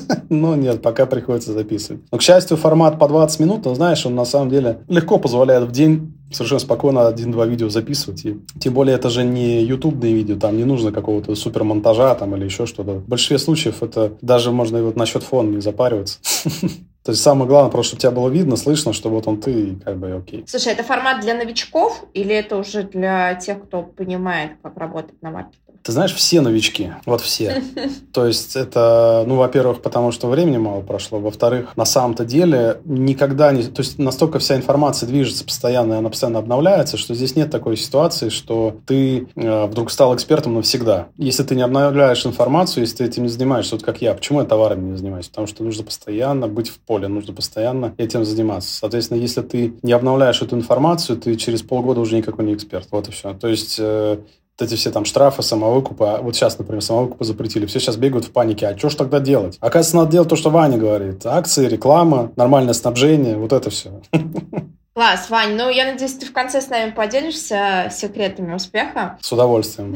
Но нет, пока приходится записывать. Но, к счастью, формат по двадцать минут, но, знаешь, он на самом деле легко позволяет в день совершенно спокойно один-два видео записывать. И тем более это же не ютубные видео, там не нужно какого-то супермонтажа там, или еще что-то. В большинстве случаев это даже можно и вот насчет фона не запариваться. То есть самое главное, просто чтобы тебя было видно, слышно, что вот он ты, и как бы окей. Слушай, это формат для новичков или это уже для тех, кто понимает, как работать на маркете? Ты знаешь, все новички, вот все. То есть это, ну, во-первых, потому что времени мало прошло, во-вторых, на самом-то деле никогда не... То есть настолько вся информация движется постоянно, и она постоянно обновляется, что здесь нет такой ситуации, что ты э, вдруг стал экспертом навсегда. Если ты не обновляешь информацию, если ты этим не занимаешься, вот как я, почему я товарами не занимаюсь? Потому что нужно постоянно быть в поле, нужно постоянно этим заниматься. Соответственно, если ты не обновляешь эту информацию, ты через полгода уже никакой не эксперт. Вот и все. То есть... Э, Вот эти все там штрафы, самовыкупы. Вот сейчас, например, самовыкупы запретили. Все сейчас бегают в панике. А что ж тогда делать? Оказывается, надо делать то, что Ваня говорит. Акции, реклама, нормальное снабжение. Вот это все. Класс, Вань, ну я надеюсь, ты в конце с нами поделишься секретами успеха. С удовольствием.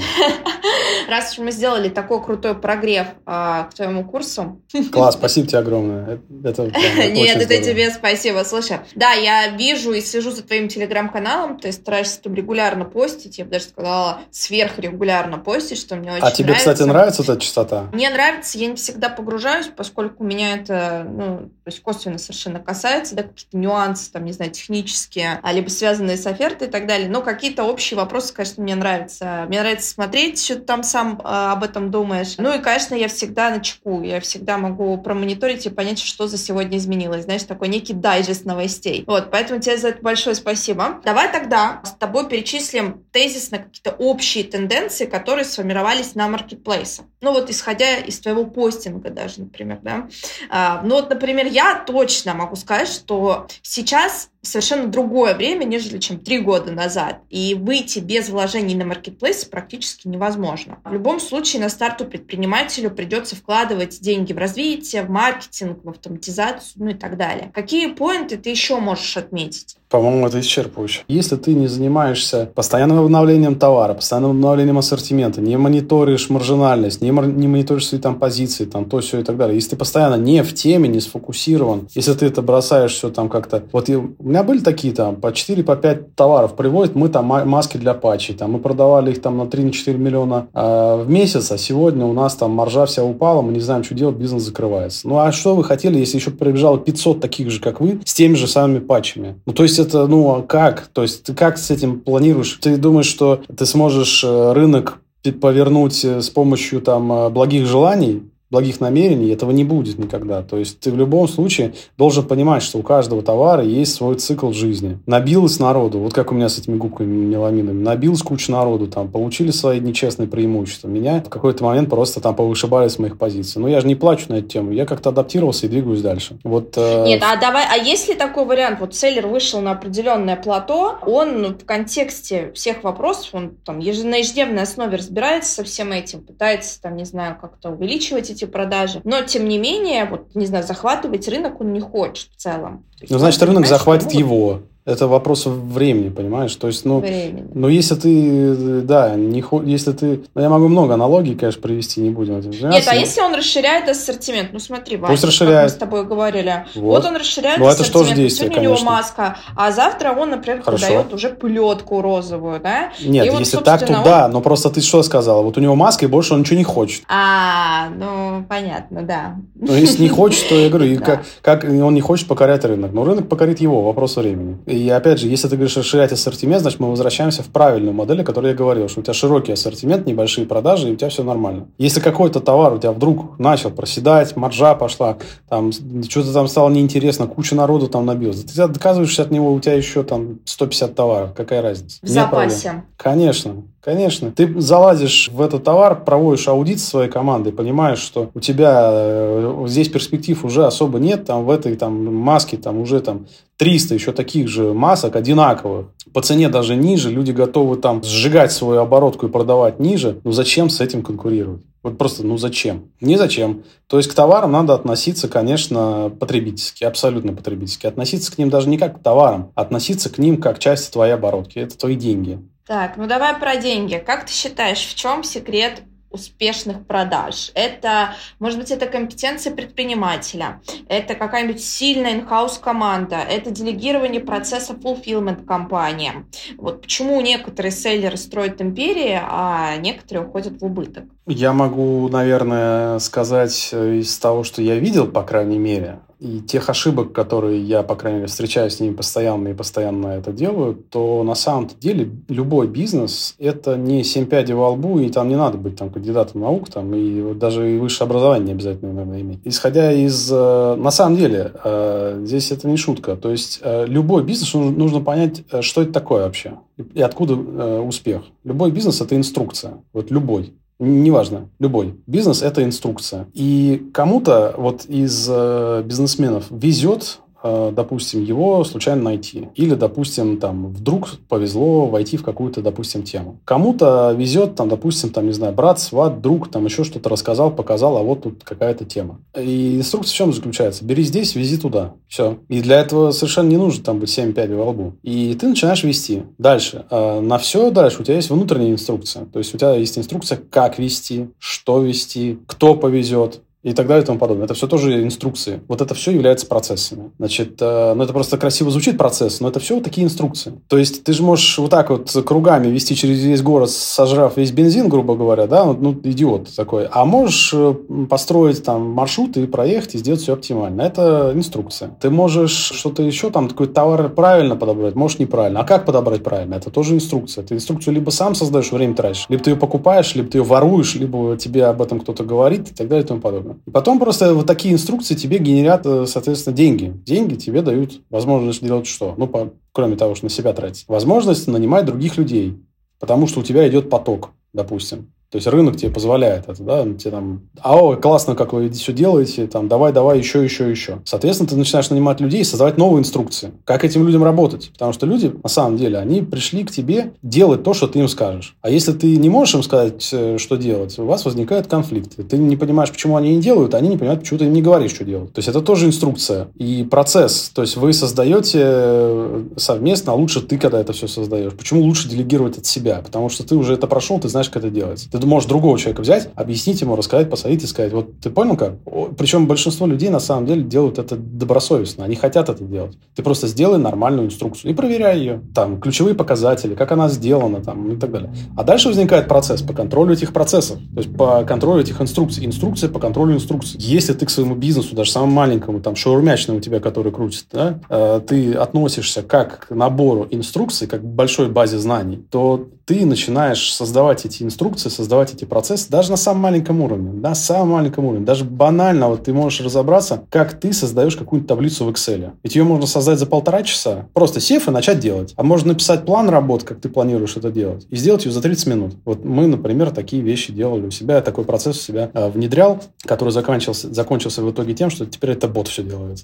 Раз уж мы сделали такой крутой прогрев а, к твоему курсу. Класс, спасибо тебе огромное. Это, это Нет, это тебе спасибо. Слушай, да, я вижу и слежу за твоим телеграм-каналом, ты стараешься там регулярно постить, я бы даже сказала, сверхрегулярно постить, что мне очень нравится. А тебе, нравится. Кстати, нравится эта частота? Мне нравится, я не всегда погружаюсь, поскольку меня это, ну, то есть косвенно совершенно касается, да, какие-то нюансы, там, не знаю, технические, а либо связанные с офертой и так далее, но какие-то общие вопросы, конечно, мне нравится. Мне нравится смотреть, что ты там сам э, об этом думаешь. Ну и, конечно, я всегда начеку, я всегда могу промониторить и понять, что за сегодня изменилось. Знаешь, такой некий дайджест новостей. Вот, поэтому тебе за это большое спасибо. Давай тогда с тобой перечислим тезисно какие-то общие тенденции, которые сформировались на маркетплейсах. Ну вот, исходя из твоего постинга даже, например, да. А, ну вот, например, я точно могу сказать, что сейчас совершенно другое время, нежели чем три года назад. И выйти без вложений на маркетплейс практически невозможно. В любом случае на старту предпринимателю придется вкладывать деньги в развитие, в маркетинг, в автоматизацию, ну и так далее. Какие поинты ты еще можешь отметить? По-моему, это исчерпывающе. Если ты не занимаешься постоянным обновлением товара, постоянным обновлением ассортимента, не мониторишь маржинальность, не, мор- не мониторишь свои там позиции, там то, все и так далее. Если ты постоянно не в теме, не сфокусирован, если ты это бросаешь все там как-то... Вот я, у меня были такие там по четыре-пять товаров приводят, мы там маски для патчей, там мы продавали их там на три-четыре миллиона э, в месяц, а сегодня у нас там маржа вся упала, мы не знаем, что делать, бизнес закрывается. Ну, а что вы хотели, если еще прибежало пятьсот таких же, как вы, с теми же самыми патчами? Ну, то есть это, ну, как? То есть ты как с этим планируешь? Ты думаешь, что ты сможешь рынок повернуть с помощью там благих желаний, благих намерений? Этого не будет никогда. То есть ты в любом случае должен понимать, что у каждого товара есть свой цикл жизни. Набилось народу, вот как у меня с этими губками меламиновыми, набилось куча народу, там, получили свои нечестные преимущества. Меня в какой-то момент просто там повышибали с моих позиций. Но я же не плачу на эту тему. Я как-то адаптировался и двигаюсь дальше. Вот, э... Нет, а давай, а есть ли такой вариант? Вот селлер вышел на определенное плато, он в контексте всех вопросов, он там еж... на ежедневной основе разбирается со всем этим, пытается там, не знаю, как-то увеличивать эти продажи. Но, тем не менее, вот, не знаю, захватывать рынок он не хочет в целом. Ну, значит, рынок захватит его. Это вопрос времени, понимаешь? То есть, ну, ну если ты, да, не, если ты... Ну, я могу много аналогий, конечно, привести, не будем этим заниматься. Нет, а если он расширяет ассортимент? Ну, смотри, Ваня, пусть расширяет. Как мы с тобой говорили. Вот, вот он расширяет ну, ассортимент. Это что же действие, сегодня конечно. у него маска, а завтра он, например, Хорошо. продает уже плетку розовую, да? Нет, и если вот, так, то он... да, но просто ты что сказала? Вот у него маска, и больше он ничего не хочет. А, ну, понятно, да. Ну, если не хочет, то я говорю, как, как он не хочет покорять рынок. Но рынок покорит его, вопрос времени. И опять же, если ты говоришь расширять ассортимент, значит, мы возвращаемся в правильную модель, о которой я говорил, что у тебя широкий ассортимент, небольшие продажи, и у тебя все нормально. Если какой-то товар у тебя вдруг начал проседать, маржа пошла, там, что-то там стало неинтересно, куча народу там набилось, ты доказываешься от него, у тебя еще там сто пятьдесят товаров, какая разница? В запасе. Конечно. Конечно. Ты залазишь в этот товар, проводишь аудит со своей командой, понимаешь, что у тебя здесь перспектив уже особо нет, там в этой там, маске там, уже там, триста еще таких же масок одинаковых, по цене даже ниже, люди готовы там сжигать свою оборотку и продавать ниже, ну зачем с этим конкурировать? Вот просто, ну зачем? Не зачем. То есть к товарам надо относиться, конечно, потребительски, абсолютно потребительски. Относиться к ним даже не как к товарам, а относиться к ним как к части твоей оборотки. Это твои деньги. Так, ну давай про деньги. Как ты считаешь, в чем секрет успешных продаж? Это, может быть, это компетенция предпринимателя, это какая-нибудь сильная in-house команда, это делегирование процесса fulfillment компаниям. Вот почему некоторые селлеры строят империи, а некоторые уходят в убыток? Я могу, наверное, сказать из того, что я видел, по крайней мере, и тех ошибок, которые я, по крайней мере, встречаюсь с ними постоянно и постоянно это делаю, то на самом деле любой бизнес – это не семь пядей во лбу, и там не надо быть там, кандидатом наук, там, и вот даже и высшее образование не обязательно, наверное, иметь. Исходя из… На самом деле, здесь это не шутка. То есть любой бизнес, нужно понять, что это такое вообще и откуда успех. Любой бизнес – это инструкция. Вот любой. Неважно, любой. Бизнес – это инструкция. И кому-то вот из э, бизнесменов везет, э, допустим, его случайно найти. Или, допустим, там, вдруг повезло войти в какую-то, допустим, тему. Кому-то везет, там, допустим, там, не знаю, брат, сват, друг, там, еще что-то рассказал, показал, а вот тут какая-то тема. И инструкция в чем заключается? Бери здесь, вези туда. Все. И для этого совершенно не нужно там быть семь пядей во лбу. И ты начинаешь вести. Дальше. Э, на все дальше у тебя есть внутренняя инструкция. То есть у тебя есть инструкция, как вести, что вести, кто повезет. И так далее и тому подобное. Это все тоже инструкции. Вот это все является процессами. Значит, э, ну это просто красиво звучит процесс, но это все вот такие инструкции. То есть ты же можешь вот так вот кругами вести через весь город, сожрав весь бензин, грубо говоря, да, ну идиот такой. А можешь построить там маршрут и проехать и сделать все оптимально. Это инструкция. Ты можешь что-то еще там, такой товар правильно подобрать, можешь неправильно. А как подобрать правильно? Это тоже инструкция. Ты инструкцию либо сам создаешь, время тратишь, либо ты ее покупаешь, либо ты ее воруешь, либо тебе об этом кто-то говорит и так далее и тому подобное. И потом просто вот такие инструкции тебе генерят, соответственно, деньги. Деньги тебе дают возможность делать что? Ну, по, кроме того, что на себя тратить. Возможность нанимать других людей. Потому что у тебя идет поток, допустим. То есть рынок тебе позволяет это, да, тебе там, а классно, как вы все делаете, там, давай, давай, еще, еще, еще. Соответственно, ты начинаешь нанимать людей и создавать новые инструкции, как этим людям работать. Потому что люди, на самом деле, они пришли к тебе делать то, что ты им скажешь. А если ты не можешь им сказать, что делать, у вас возникают конфликты. Ты не понимаешь, почему они не делают, а они не понимают, почему ты им не говоришь, что делать. То есть это тоже инструкция и процесс. То есть вы создаете совместно, а лучше ты, когда это все создаешь. Почему лучше делегировать от себя? Потому что ты уже это прошел, ты знаешь, как это делается. Ты можешь другого человека взять, объяснить ему, рассказать, посадить и сказать, вот ты понял как? Причем большинство людей на самом деле делают это добросовестно, они хотят это делать. Ты просто сделай нормальную инструкцию и проверяй ее. Там ключевые показатели, как она сделана там, и так далее. А дальше возникает процесс по контролю этих процессов, то есть по контролю этих инструкций. Инструкция по контролю инструкций. Если ты к своему бизнесу, даже самому маленькому, там, шаурмячному у тебя, который крутит, да, э, ты относишься как к набору инструкций, как к большой базе знаний, то ты начинаешь создавать эти инструкции, создавать эти процессы даже на самом маленьком уровне. На самом маленьком уровне. Даже банально вот ты можешь разобраться, как ты создаешь какую-нибудь таблицу в Excel. Ведь ее можно создать за полтора часа, просто сев и начать делать. А можно написать план работ, как ты планируешь это делать, и сделать ее за тридцать минут. Вот мы, например, такие вещи делали у себя. Я такой процесс у себя э, внедрял, который закончился, закончился в итоге тем, что теперь это бот все делает.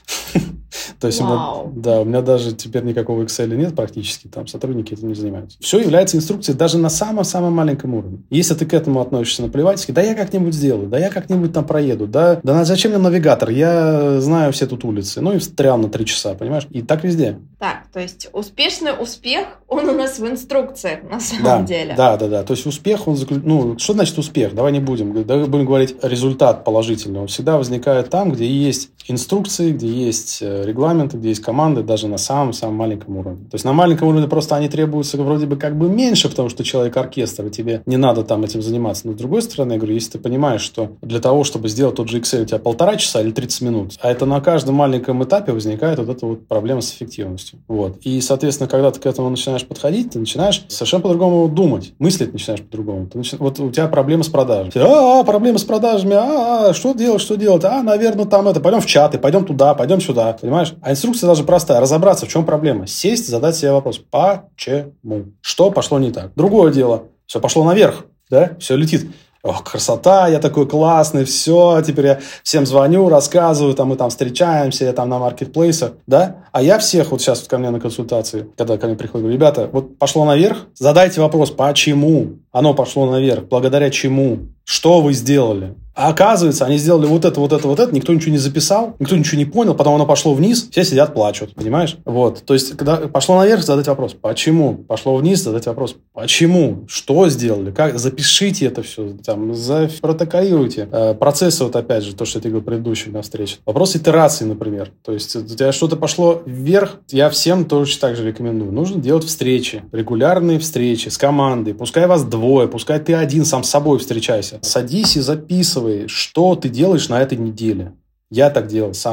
То есть, wow. да, у меня даже теперь никакого Excel нет практически, там сотрудники этим не занимаются. Все является инструкцией даже на самом-самом маленьком уровне. Если ты к этому относишься наплевательски, да я как-нибудь сделаю, да я как-нибудь там проеду, да, да зачем мне навигатор, я знаю все тут улицы, ну и встрял на три часа, понимаешь? И так везде. Так, то есть успешный успех, он у нас в инструкциях на самом да, деле. Да, да, да, то есть успех, он заключ... ну, что значит успех? Давай не будем, давай будем говорить результат положительный. Он всегда возникает там, где есть инструкции, где есть регламенты, где есть команды, даже на самом-самом маленьком уровне. То есть на маленьком уровне просто они требуются вроде бы как бы меньше, потому что человек оркестр, и тебе не надо там этим заниматься. Но с другой стороны, я говорю, если ты понимаешь, что для того, чтобы сделать тот же Excel, у тебя полтора часа или тридцать минут, а это на каждом маленьком этапе возникает вот эта вот проблема с эффективностью. Вот. И, соответственно, когда ты к этому начинаешь подходить, ты начинаешь совершенно по-другому думать, мыслить начинаешь по-другому. Ты начи... Вот у тебя проблема с продажами. А, проблема с продажами, а, что делать, что делать? А, наверное, там это, пойдем в чаты, пойдем туда, пойдем сюда, понимаешь? А инструкция даже простая, разобраться, в чем проблема. Сесть, задать себе вопрос, почему? Что пошло не так? Другое дело, все пошло наверх, да, все летит. Ох, красота, я такой классный, все, теперь я всем звоню, рассказываю, там мы там встречаемся, я там на маркетплейсах, да? А я всех, вот сейчас вот ко мне на консультации, когда ко мне приходят, говорю, ребята, вот пошло наверх, задайте вопрос, почему оно пошло наверх, благодаря чему, что вы сделали? А оказывается, они сделали вот это, вот это, вот это, никто ничего не записал, никто ничего не понял, потом оно пошло вниз, все сидят, плачут, понимаешь? Вот, то есть, когда пошло наверх, задать вопрос, почему? Пошло вниз, задать вопрос, почему? Что сделали? Как? Запишите это все, там, запротоколируйте. Э, процессы, вот опять же, то, что я говорил предыдущий на встрече. Вопрос итерации, например. То есть, у тебя что-то пошло вверх, я всем тоже так же рекомендую. Нужно делать встречи, регулярные встречи с командой, пускай вас двое, пускай ты один сам с собой встречайся. Садись и записывай, что ты делаешь на этой неделе. Я так делал сам.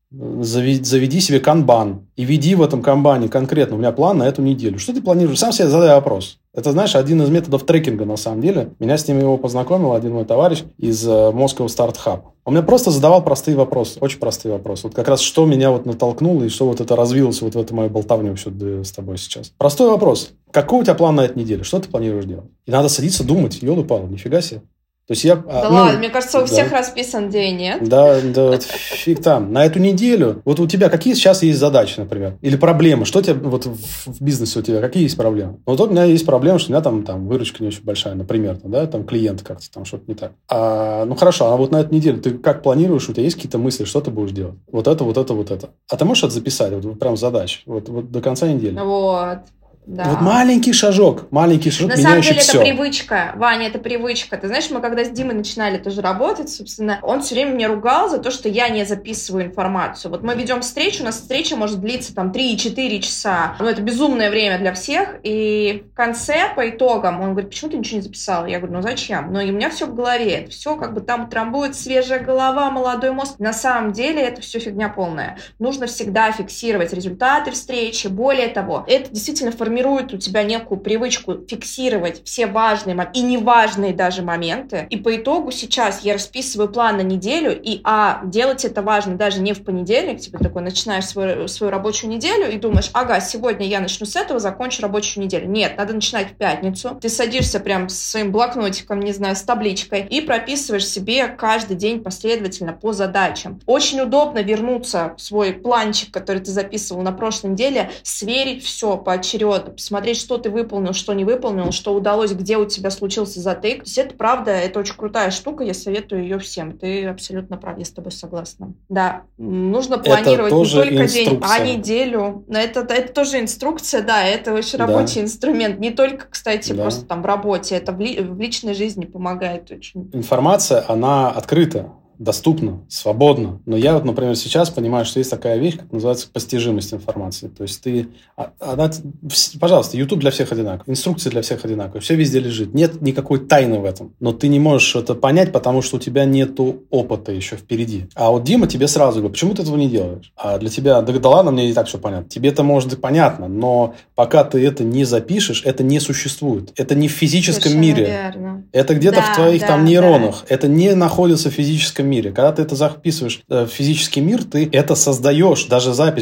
Заведи, заведи себе канбан и веди в этом канбане конкретно. У меня план на эту неделю. Что ты планируешь? Сам себе задай вопрос. Это, знаешь, один из методов трекинга на самом деле. Меня с ним его познакомил один мой товарищ из Moscow Start Hub. Он мне просто задавал простые вопросы, очень простые вопросы. Вот как раз что меня вот натолкнуло и что вот это развилось вот в эту мою болтовню все с тобой сейчас. Простой вопрос. Какой у тебя план на эту неделю? Что ты планируешь делать? И надо садиться думать. Ёлы-палы, нифига себе. То есть я, да ну, ладно, мне кажется, у да. всех расписан день, нет? Да, да, фиг там. На эту неделю, вот у тебя какие сейчас есть задачи, например? Или проблемы? Что у тебя вот в, в бизнесе у тебя, какие есть проблемы? Вот у меня есть проблема, что у меня там, там выручка не очень большая, например, да, там клиент как-то там что-то не так. А, ну хорошо, а вот на эту неделю ты как планируешь, у тебя есть какие-то мысли, что ты будешь делать? Вот это, вот это, вот это. А ты можешь это записать, вот прям задач, вот, вот до конца недели? Вот. Да. Вот маленький шажок, маленький шажок, на самом деле все. Это привычка, Ваня, это привычка. Ты знаешь, мы когда с Димой начинали тоже работать, собственно, он все время меня ругал за то, что я не записываю информацию. Вот мы ведем встречу, у нас встреча может длиться там три-четыре часа. Ну, это безумное время для всех. И в конце, по итогам, он говорит, почему ты ничего не записала? Я говорю, ну зачем? Ну, и у меня все в голове. Это все как бы там трамбует свежая голова, молодой мозг. На самом деле это все фигня полная. Нужно всегда фиксировать результаты встречи. Более того, это действительно формирует формирует у тебя некую привычку фиксировать все важные и неважные даже моменты. И по итогу сейчас я расписываю план на неделю, и а, делать это важно даже не в понедельник, типа такой начинаешь свою, свою рабочую неделю и думаешь, ага, сегодня я начну с этого, закончу рабочую неделю. Нет, надо начинать в пятницу. Ты садишься прям со своим блокнотиком, не знаю, с табличкой и прописываешь себе каждый день последовательно по задачам. Очень удобно вернуться в свой планчик, который ты записывал на прошлой неделе, сверить все поочередно, посмотреть, что ты выполнил, что не выполнил, что удалось, где у тебя случился затык. То есть это правда, это очень крутая штука, я советую ее всем. Ты абсолютно прав, я с тобой согласна. Да, нужно планировать не только день, а неделю. Это, это тоже инструкция, да, это очень рабочий да. инструмент. Не только, кстати, да. просто там в работе, это в, ли, в личной жизни помогает очень. Информация, она открыта, доступно, свободно. Но я вот, например, сейчас понимаю, что есть такая вещь, как называется постижимость информации. То есть ты... Она, пожалуйста, YouTube для всех одинаков, инструкции для всех одинаковые, все везде лежит. Нет никакой тайны в этом. Но ты не можешь это понять, потому что у тебя нету опыта еще впереди. А вот Дима тебе сразу говорит, почему ты этого не делаешь? А для тебя, да, да ладно, мне и так все понятно. Тебе это может быть понятно, но пока ты это не запишешь, это не существует. Это не в физическом Совершенно мире. Верно. Это где-то да, в твоих да, там нейронах. Да. Это не находится в физическом мире. мире. Когда ты это записываешь в физический мир, ты это создаешь. Даже запись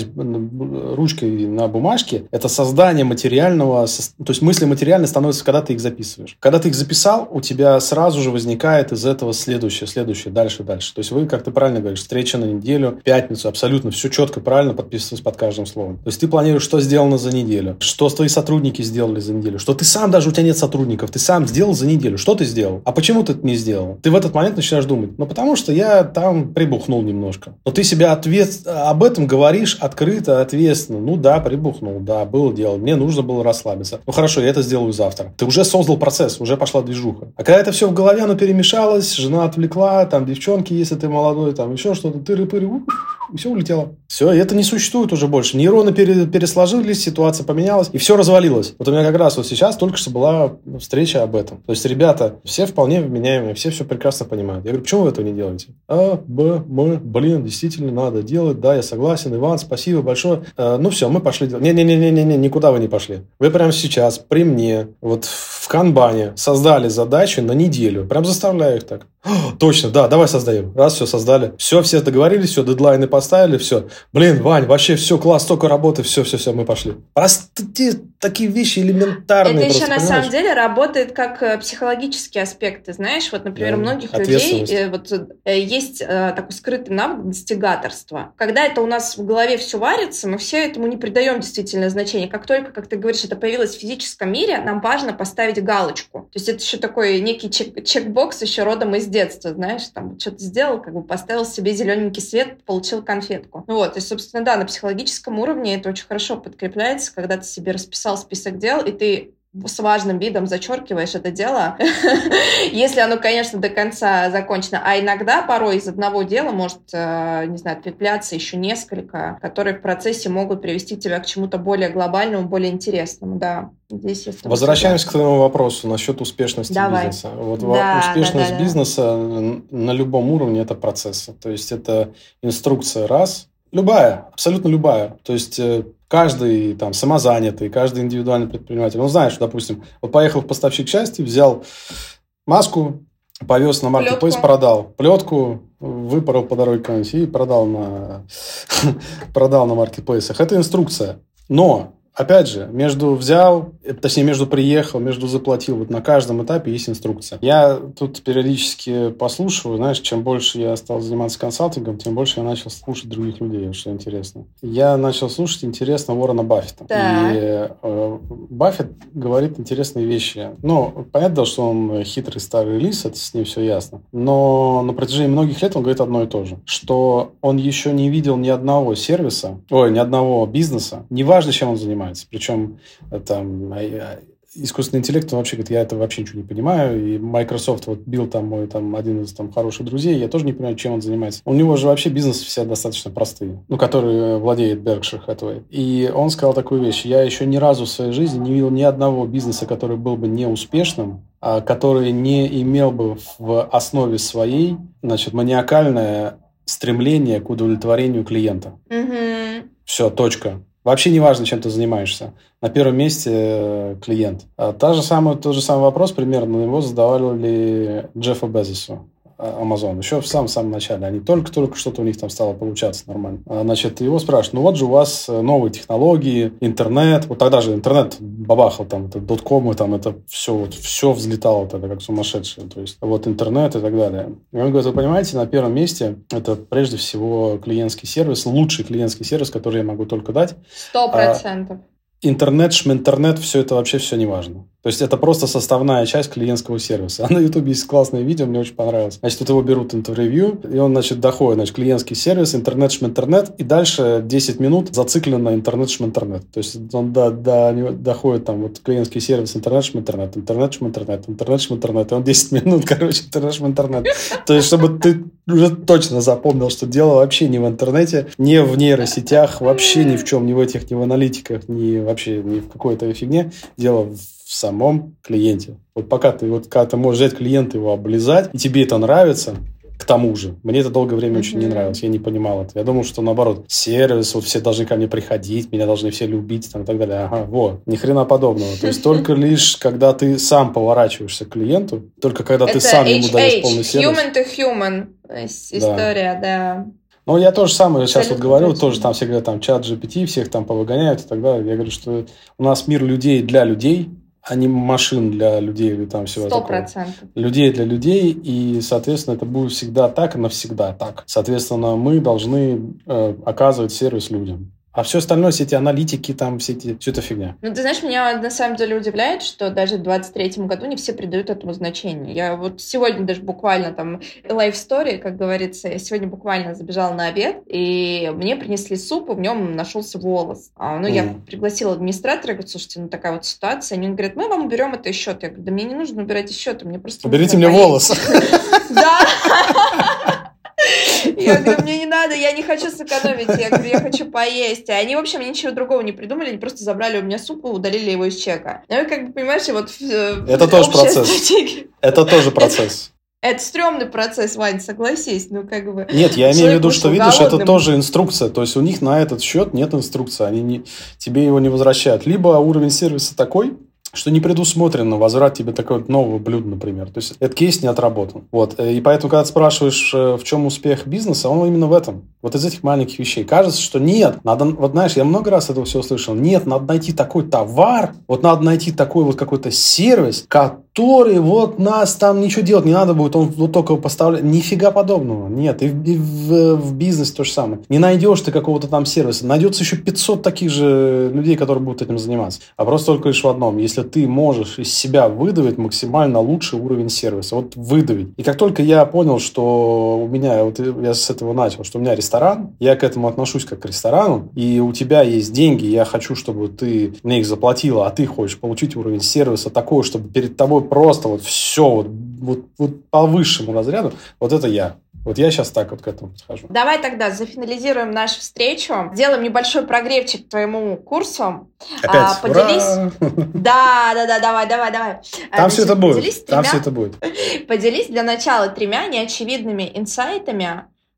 ручкой на бумажке – это создание материального. То есть мысли материальные становятся, когда ты их записываешь. Когда ты их записал, у тебя сразу же возникает из этого следующее, следующее, дальше, дальше. То есть вы, как ты правильно говоришь, встреча на неделю, пятницу, абсолютно все четко, правильно подписываясь под каждым словом. То есть ты планируешь, что сделано за неделю, что твои сотрудники сделали за неделю, что ты сам, даже у тебя нет сотрудников, ты сам сделал за неделю. Что ты сделал? А почему ты это не сделал? Ты в этот момент начинаешь думать, ну, потому что я там прибухнул немножко. Но ты себе ответ... об этом говоришь открыто, ответственно. Ну да, прибухнул, да, было дело. Мне нужно было расслабиться. Ну хорошо, я это сделаю завтра. Ты уже создал процесс, уже пошла движуха. А когда это все в голове, оно перемешалось, жена отвлекла, там девчонки, если ты молодой, там еще что-то, тыры-пыры, и все улетело. Все, и это не существует уже больше. Нейроны пересложились, ситуация поменялась, и все развалилось. Вот у меня как раз вот сейчас только что была встреча об этом. То есть, ребята, все вполне вменяемые, все все прекрасно понимают. Я говорю, почему вы этого не делаете? А, Б, М, блин, действительно надо делать, да, я согласен, Иван, спасибо большое. А, ну все, мы пошли делать. Не-не-не-не-не, никуда вы не пошли. Вы прямо сейчас при мне, вот в канбане создали задачи на неделю. Прям заставляю их так. Точно, да, давай создаем. Раз, все создали. Все, все договорились, все, дедлайны поставили, все. Блин, Вань, вообще все, класс, столько работы, все, все, все, мы пошли. Простые такие вещи элементарные. Это еще просто, на понимаешь? самом деле работает как психологические аспекты, знаешь, вот, например, да, у многих людей вот, есть такой скрытый навык достигаторства. Когда это у нас в голове все варится, мы все этому не придаем действительно значения. Как только, как ты говоришь, это появилось в физическом мире, нам важно поставить галочку. То есть это еще такой некий чек- чекбокс еще родом из детства, знаешь, там что-то сделал, как бы поставил себе зелененький свет, получил конфетку. Ну вот, и, собственно, да, на психологическом уровне это очень хорошо подкрепляется, когда ты себе расписал список дел, и ты с важным видом зачеркиваешь это дело, если оно, конечно, до конца закончено. А иногда, порой, из одного дела может, не знаю, ответвляться еще несколько, которые в процессе могут привести тебя к чему-то более глобальному, более интересному, да. Здесь есть Возвращаемся к твоему вопросу насчет успешности Давай. бизнеса. Вот да, успешность да, да, бизнеса да. на любом уровне – это процессы. То есть, это инструкция раз, Любая, абсолютно любая. То есть каждый там самозанятый, каждый индивидуальный предприниматель, он знает, что, допустим, вот поехал в поставщик части, взял маску, повез на маркетплейс, продал плетку, выпорол по дороге и продал на, продал на маркетплейсах. Это инструкция. Но, опять же, между взял, точнее, между приехал, между заплатил, вот на каждом этапе есть инструкция. Я тут периодически послушиваю, знаешь, чем больше я стал заниматься консалтингом, тем больше я начал слушать других людей, что интересно. Я начал слушать, интересно, Уоррена Баффета. Да. И э, Баффет говорит интересные вещи. Ну, понятно, что он хитрый старый лис, это с ним все ясно. Но на протяжении многих лет он говорит одно и то же, что он еще не видел ни одного сервиса, ой, ни одного бизнеса, неважно, чем он занимается. Причем там искусственный интеллект, он вообще говорит, я это вообще ничего не понимаю. И Microsoft, вот Билл там мой там, один из там, хороших друзей, я тоже не понимаю, чем он занимается. У него же вообще бизнес все достаточно простые, ну, который владеет Berkshire Hathaway. И он сказал такую вещь, я еще ни разу в своей жизни не видел ни одного бизнеса, который был бы неуспешным, а который не имел бы в основе своей, значит, маниакальное стремление к удовлетворению клиента. Mm-hmm. Все, точка. Вообще не важно, чем ты занимаешься. На первом месте клиент. А та же самая, тот же самый вопрос примерно его задавали Джеффу Безосу, Amazon, еще в самом-самом начале. Они только-только что-то у них там стало получаться нормально. Значит, его спрашивают, ну вот же у вас новые технологии, интернет. Вот тогда же интернет бабахал, там, это доткомы, там, это все, вот, все взлетало вот это как сумасшедшее. То есть, вот интернет и так далее. И он говорит, вы понимаете, на первом месте это прежде всего клиентский сервис, лучший клиентский сервис, который я могу только дать. Сто процентов. Интернет, шминтернет, все это вообще все не важно. То есть, это просто составная часть клиентского сервиса. А на Ютубе есть классное видео, мне очень понравилось. Значит, вот его берут интервью, и он, значит, доходит, значит, клиентский сервис, интернет, шминтернет, и дальше десять минут зациклен на интернет, шминтернет. То есть, он до, до, доходит там вот клиентский сервис, интернет, шминтернет, интернет, шминтернет, интернет, шминтернет, и он десять минут, короче, интернет, шминтернет. То есть, чтобы ты уже точно запомнил, что дело вообще не в интернете, не в нейросетях, вообще ни в чем, ни в этих, ни в аналитиках, ни вообще ни в какой-то фигне. Дело в в самом клиенте. Вот пока ты, вот, когда ты можешь взять клиента, его облизать, и тебе это нравится, к тому же. Мне это долгое время mm-hmm. очень не нравилось. Я не понимал это. Я думал, что наоборот, сервис, вот все должны ко мне приходить, меня должны все любить там, и так далее. Ага, вот. Ни хрена подобного. То есть только лишь, когда ты сам поворачиваешься к клиенту, только когда ты сам ему даешь полный сервис. Human to human история, да. Ну, я тоже самое сейчас вот говорю, тоже там все говорят, там, чат джи пи ти, всех там повыгоняют и так далее. Я говорю, что у нас мир людей для людей, а не машин для людей или там всего такого. Сто процентов. Людей для людей, и, соответственно, это будет всегда так и навсегда так. Соответственно, мы должны э, оказывать сервис людям. А все остальное, все эти аналитики, там, все эти, все это фигня. Ну, ты знаешь, меня на самом деле удивляет, что даже в двадцать третьем году не все придают этому значение. Я вот сегодня даже буквально там life story, как говорится, я сегодня буквально забежала на обед, и мне принесли суп, и в нем нашелся волос. А, ну, mm. я пригласила администратора, говорю, слушайте, ну, такая вот ситуация. Они говорят, мы вам уберем это из счета. Я говорю, да мне не нужно убирать из счета, мне просто... Уберите мне волос. Да! Я говорю, мне не надо, я не хочу сэкономить. Я говорю, я хочу поесть. И они, в общем, ничего другого не придумали, они просто забрали у меня суп и удалили его из чека. Ну, и как бы, понимаешь, вот... Это тоже процесс. Это тоже процесс. Это стрёмный процесс, Вань, согласись. Ну, как бы... Нет, я имею в виду, что, видишь, голодным. Это тоже инструкция. То есть, у них на этот счет нет инструкции. Они не, тебе его не возвращают. Либо уровень сервиса такой, что не предусмотрено возврат тебе такого вот нового блюда, например. То есть, этот кейс не отработан. Вот. И поэтому, когда ты спрашиваешь, в чем успех бизнеса, он именно в этом. Вот из этих маленьких вещей. Кажется, что нет, надо, вот знаешь, я много раз это все услышал, нет, надо найти такой товар, вот надо найти такой вот какой-то сервис, который вот нас там ничего делать не надо будет, он вот только поставляет. Нифига подобного. Нет, и, в, и в, в бизнесе то же самое. Не найдешь ты какого-то там сервиса. Найдется еще пятьсот таких же людей, которые будут этим заниматься. А просто только лишь в одном. Если ты можешь из себя выдавить максимально лучший уровень сервиса. Вот выдавить. И как только я понял, что у меня, вот я с этого начал, что у меня ресторан, я к этому отношусь как к ресторану, и у тебя есть деньги, я хочу, чтобы ты мне их заплатила, а ты хочешь получить уровень сервиса такой, чтобы перед тобой просто вот все вот, вот, вот по высшему разряду, вот это я. Вот я сейчас так вот к этому подхожу. Давай тогда зафинализируем нашу встречу. Сделаем небольшой прогревчик к твоему курсу. Опять? А, поделись. Ура! Да, да, да, давай, давай, давай. Там Значит, все это будет. Там тремя... все это будет. Поделись для начала тремя неочевидными инсайтами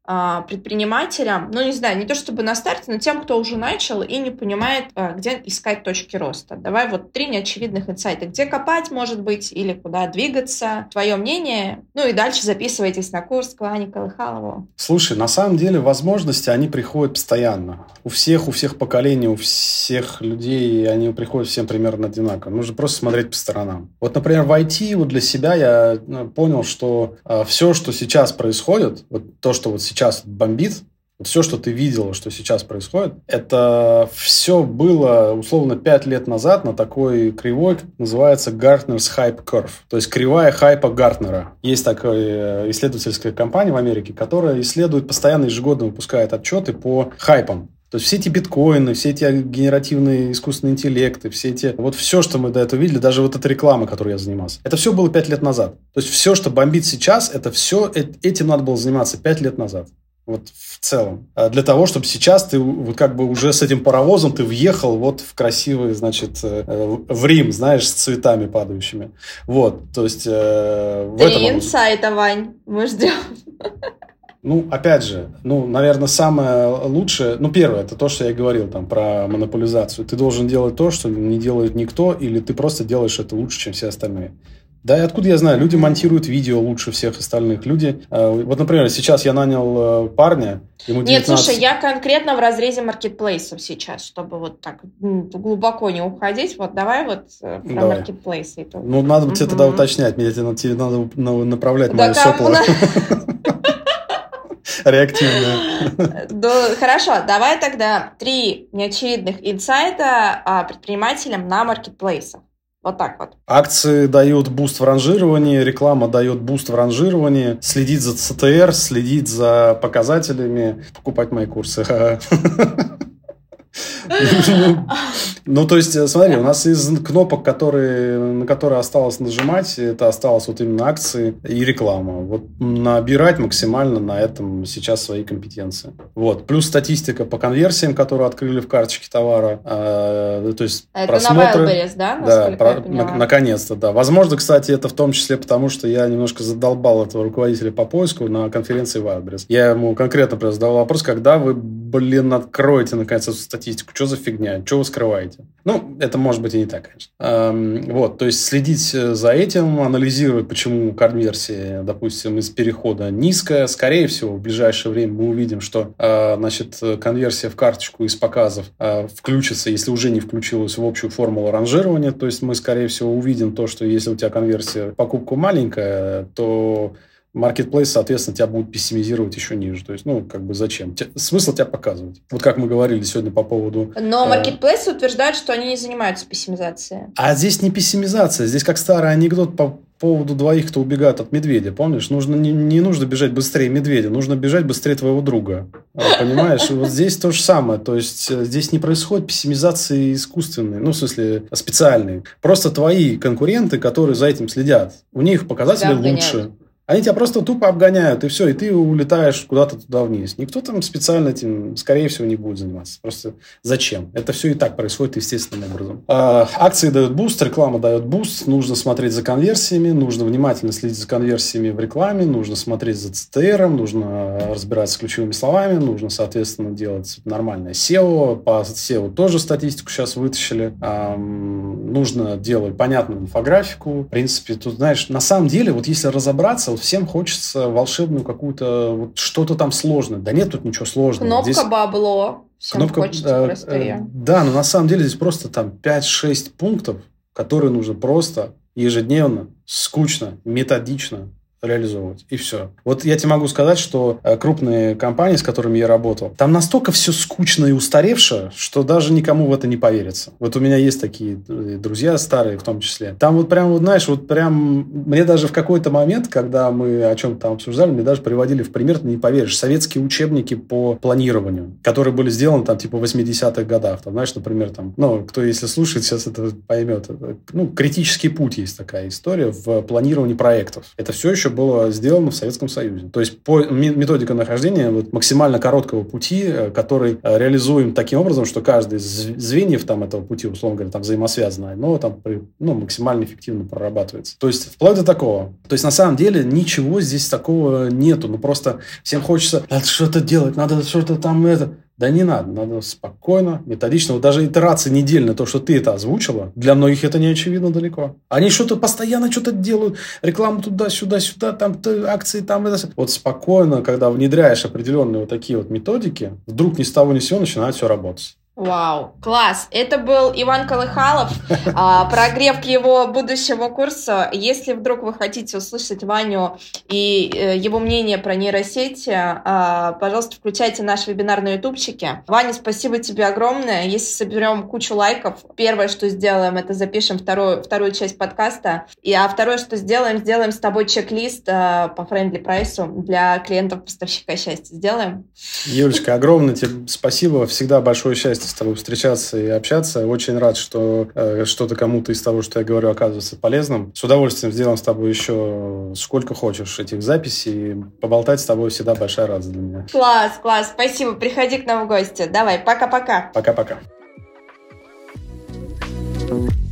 а, предпринимателям, ну, не знаю, не то чтобы на старте, но тем, кто уже начал и не понимает, а, где искать точки роста? Давай вот три неочевидных инсайта. Где копать, может быть, или куда двигаться? Твое мнение? Ну и дальше записывайтесь на курс к Ване Колыхалову. Слушай, на самом деле возможности, они приходят постоянно. У всех, у всех поколений, у всех людей, они приходят всем примерно одинаково. Нужно просто смотреть по сторонам. Вот, например, в ай ти вот для себя я понял, что э, все, что сейчас происходит, вот то, что вот сейчас бомбит, вот все, что ты видела, что сейчас происходит, это все было условно пять лет назад на такой кривой, как называется Gartner's Hype Curve. То есть кривая хайпа Гартнера. Есть такая исследовательская компания в Америке, которая исследует, постоянно ежегодно выпускает отчеты по хайпам. То есть все эти биткоины, все эти генеративные искусственные интеллекты, все эти... Вот все, что мы до этого видели, даже вот эта реклама, которой я занимался, это все было пять лет назад. То есть все, что бомбит сейчас, это все... Этим надо было заниматься пять лет назад. Вот в целом. Для того, чтобы сейчас ты вот как бы уже с этим паровозом ты въехал вот в красивый, значит, в Рим, знаешь, с цветами падающими. Вот, то есть... В Три этом... инсайта, Вань, мы ждем. Ну, опять же, ну, наверное, самое лучшее... Ну, первое, это то, что я говорил там про монополизацию. Ты должен делать то, что не делает никто, или ты просто делаешь это лучше, чем все остальные. Да и откуда я знаю? Люди монтируют видео лучше всех остальных. Люди... Э, вот, например, сейчас я нанял э, парня, ему девятнадцать... Нет, слушай, я конкретно в разрезе маркетплейсов сейчас, чтобы вот так глубоко не уходить. Вот давай вот э, про Давай. маркетплейсы. Ну, надо угу. тебе тогда уточнять. Мне тебе, тебе надо направлять да, мое сопло. Реактивное. Да, хорошо, давай тогда три неочевидных инсайта предпринимателям на маркетплейсах. Вот так вот. Акции дают буст в ранжировании, реклама дает буст в ранжировании, следить за си ти ар, следить за показателями, покупать мои курсы. Ну, то есть, смотри, у нас из кнопок, которые, на которые осталось нажимать, это осталось вот именно акции и реклама. Вот набирать максимально на этом сейчас свои компетенции. Вот. Плюс статистика по конверсиям, которые открыли в карточке товара. Э, то есть, это просмотры. на Wildberries, да? Да, про, на, наконец-то, да. Возможно, кстати, это в том числе потому, что я немножко задолбал этого руководителя по поиску на конференции Wildberries. Я ему конкретно задал вопрос, когда вы, блин, откроете наконец эту статистику, что за фигня, что вы скрываете? Ну, это может быть и не так, конечно. Эм, вот, то есть следить за этим, анализировать, почему конверсия, допустим, из перехода низкая. Скорее всего, в ближайшее время мы увидим, что э, значит, конверсия в карточку из показов э, включится, если уже не включилась в общую формулу ранжирования. То есть мы, скорее всего, увидим то, что если у тебя конверсия в покупку маленькая, то маркетплейс, соответственно, тебя будут пессимизировать еще ниже. То есть, ну, как бы зачем? Смысл тебя показывать. Вот как мы говорили сегодня по поводу... Но маркетплейсы э... утверждают, что они не занимаются пессимизацией. А здесь не пессимизация. Здесь как старый анекдот по поводу двоих, кто убегает от медведя. Помнишь? Нужно, не, не нужно бежать быстрее медведя. Нужно бежать быстрее твоего друга. Понимаешь? Вот здесь то же самое. То есть, здесь не происходит пессимизации искусственной. Ну, в смысле, специальной. Просто твои конкуренты, которые за этим следят, у них показатели лучше. Они тебя просто тупо обгоняют, и все, и ты улетаешь куда-то туда вниз. Никто там специально этим, скорее всего, не будет заниматься. Просто зачем? Это все и так происходит естественным образом. А, акции дают буст, реклама дает буст. Нужно смотреть за конверсиями, нужно внимательно следить за конверсиями в рекламе, нужно смотреть за си ти ар, нужно разбираться с ключевыми словами, нужно, соответственно, делать нормальное сео. По сео тоже статистику сейчас вытащили. А, нужно делать понятную инфографику. В принципе, тут, знаешь, на самом деле, вот если разобраться, всем хочется волшебную какую-то, вот что-то там сложное. Да нет тут ничего сложного. Кнопка здесь... бабло. Всем Кнопка, хочется э, простые. Э, да, но на самом деле здесь просто там пять-шесть пунктов, которые нужно просто ежедневно, скучно, методично реализовывать. И все. Вот я тебе могу сказать, что крупные компании, с которыми я работал, там настолько все скучно и устаревшее, что даже никому в это не поверится. Вот у меня есть такие друзья старые в том числе. Там вот прям, вот знаешь, вот прям мне даже в какой-то момент, когда мы о чем-то там обсуждали, мне даже приводили в пример, ты не поверишь, советские учебники по планированию, которые были сделаны там типа в восьмидесятых годах. Там, знаешь, например, там, ну, кто если слушает, сейчас это поймет. Ну, критический путь есть такая история в планировании проектов. Это все еще еще было сделано в Советском Союзе. То есть по методика нахождения вот, максимально короткого пути, который реализуем таким образом, что каждый из звеньев там, этого пути, условно говоря, там взаимосвязанное, но там ну, максимально эффективно прорабатывается. То есть вплоть до такого. То есть на самом деле ничего здесь такого нету. Ну просто всем хочется надо что-то делать, надо что-то там это... Да не надо, надо спокойно, методично. Вот даже итерации недельно, то, что ты это озвучила, для многих это не очевидно далеко. Они что-то постоянно что-то делают, рекламу туда-сюда, сюда, там акции, там это. Вот спокойно, когда внедряешь определенные вот такие вот методики, вдруг ни с того ни с сего начинает все работать. Вау, класс! Это был Иван Колыхалов, прогрев к его будущему курсу. Если вдруг вы хотите услышать Ваню и его мнение про нейросети, пожалуйста, включайте наш вебинар на ютубчике. Ваня, спасибо тебе огромное. Если соберем кучу лайков, первое, что сделаем, это запишем вторую, вторую часть подкаста. И, а второе, что сделаем, сделаем с тобой чек-лист по френдли прайсу для клиентов поставщика счастья. Сделаем? Юлечка, огромное тебе спасибо. Всегда большое счастье с тобой встречаться и общаться. Очень рад, что э, что-то кому-то из того, что я говорю, оказывается полезным. С удовольствием сделаем с тобой еще сколько хочешь этих записей. Поболтать с тобой всегда большая радость для меня. Класс, класс. Спасибо. Приходи к нам в гости. Давай, пока-пока. Пока-пока.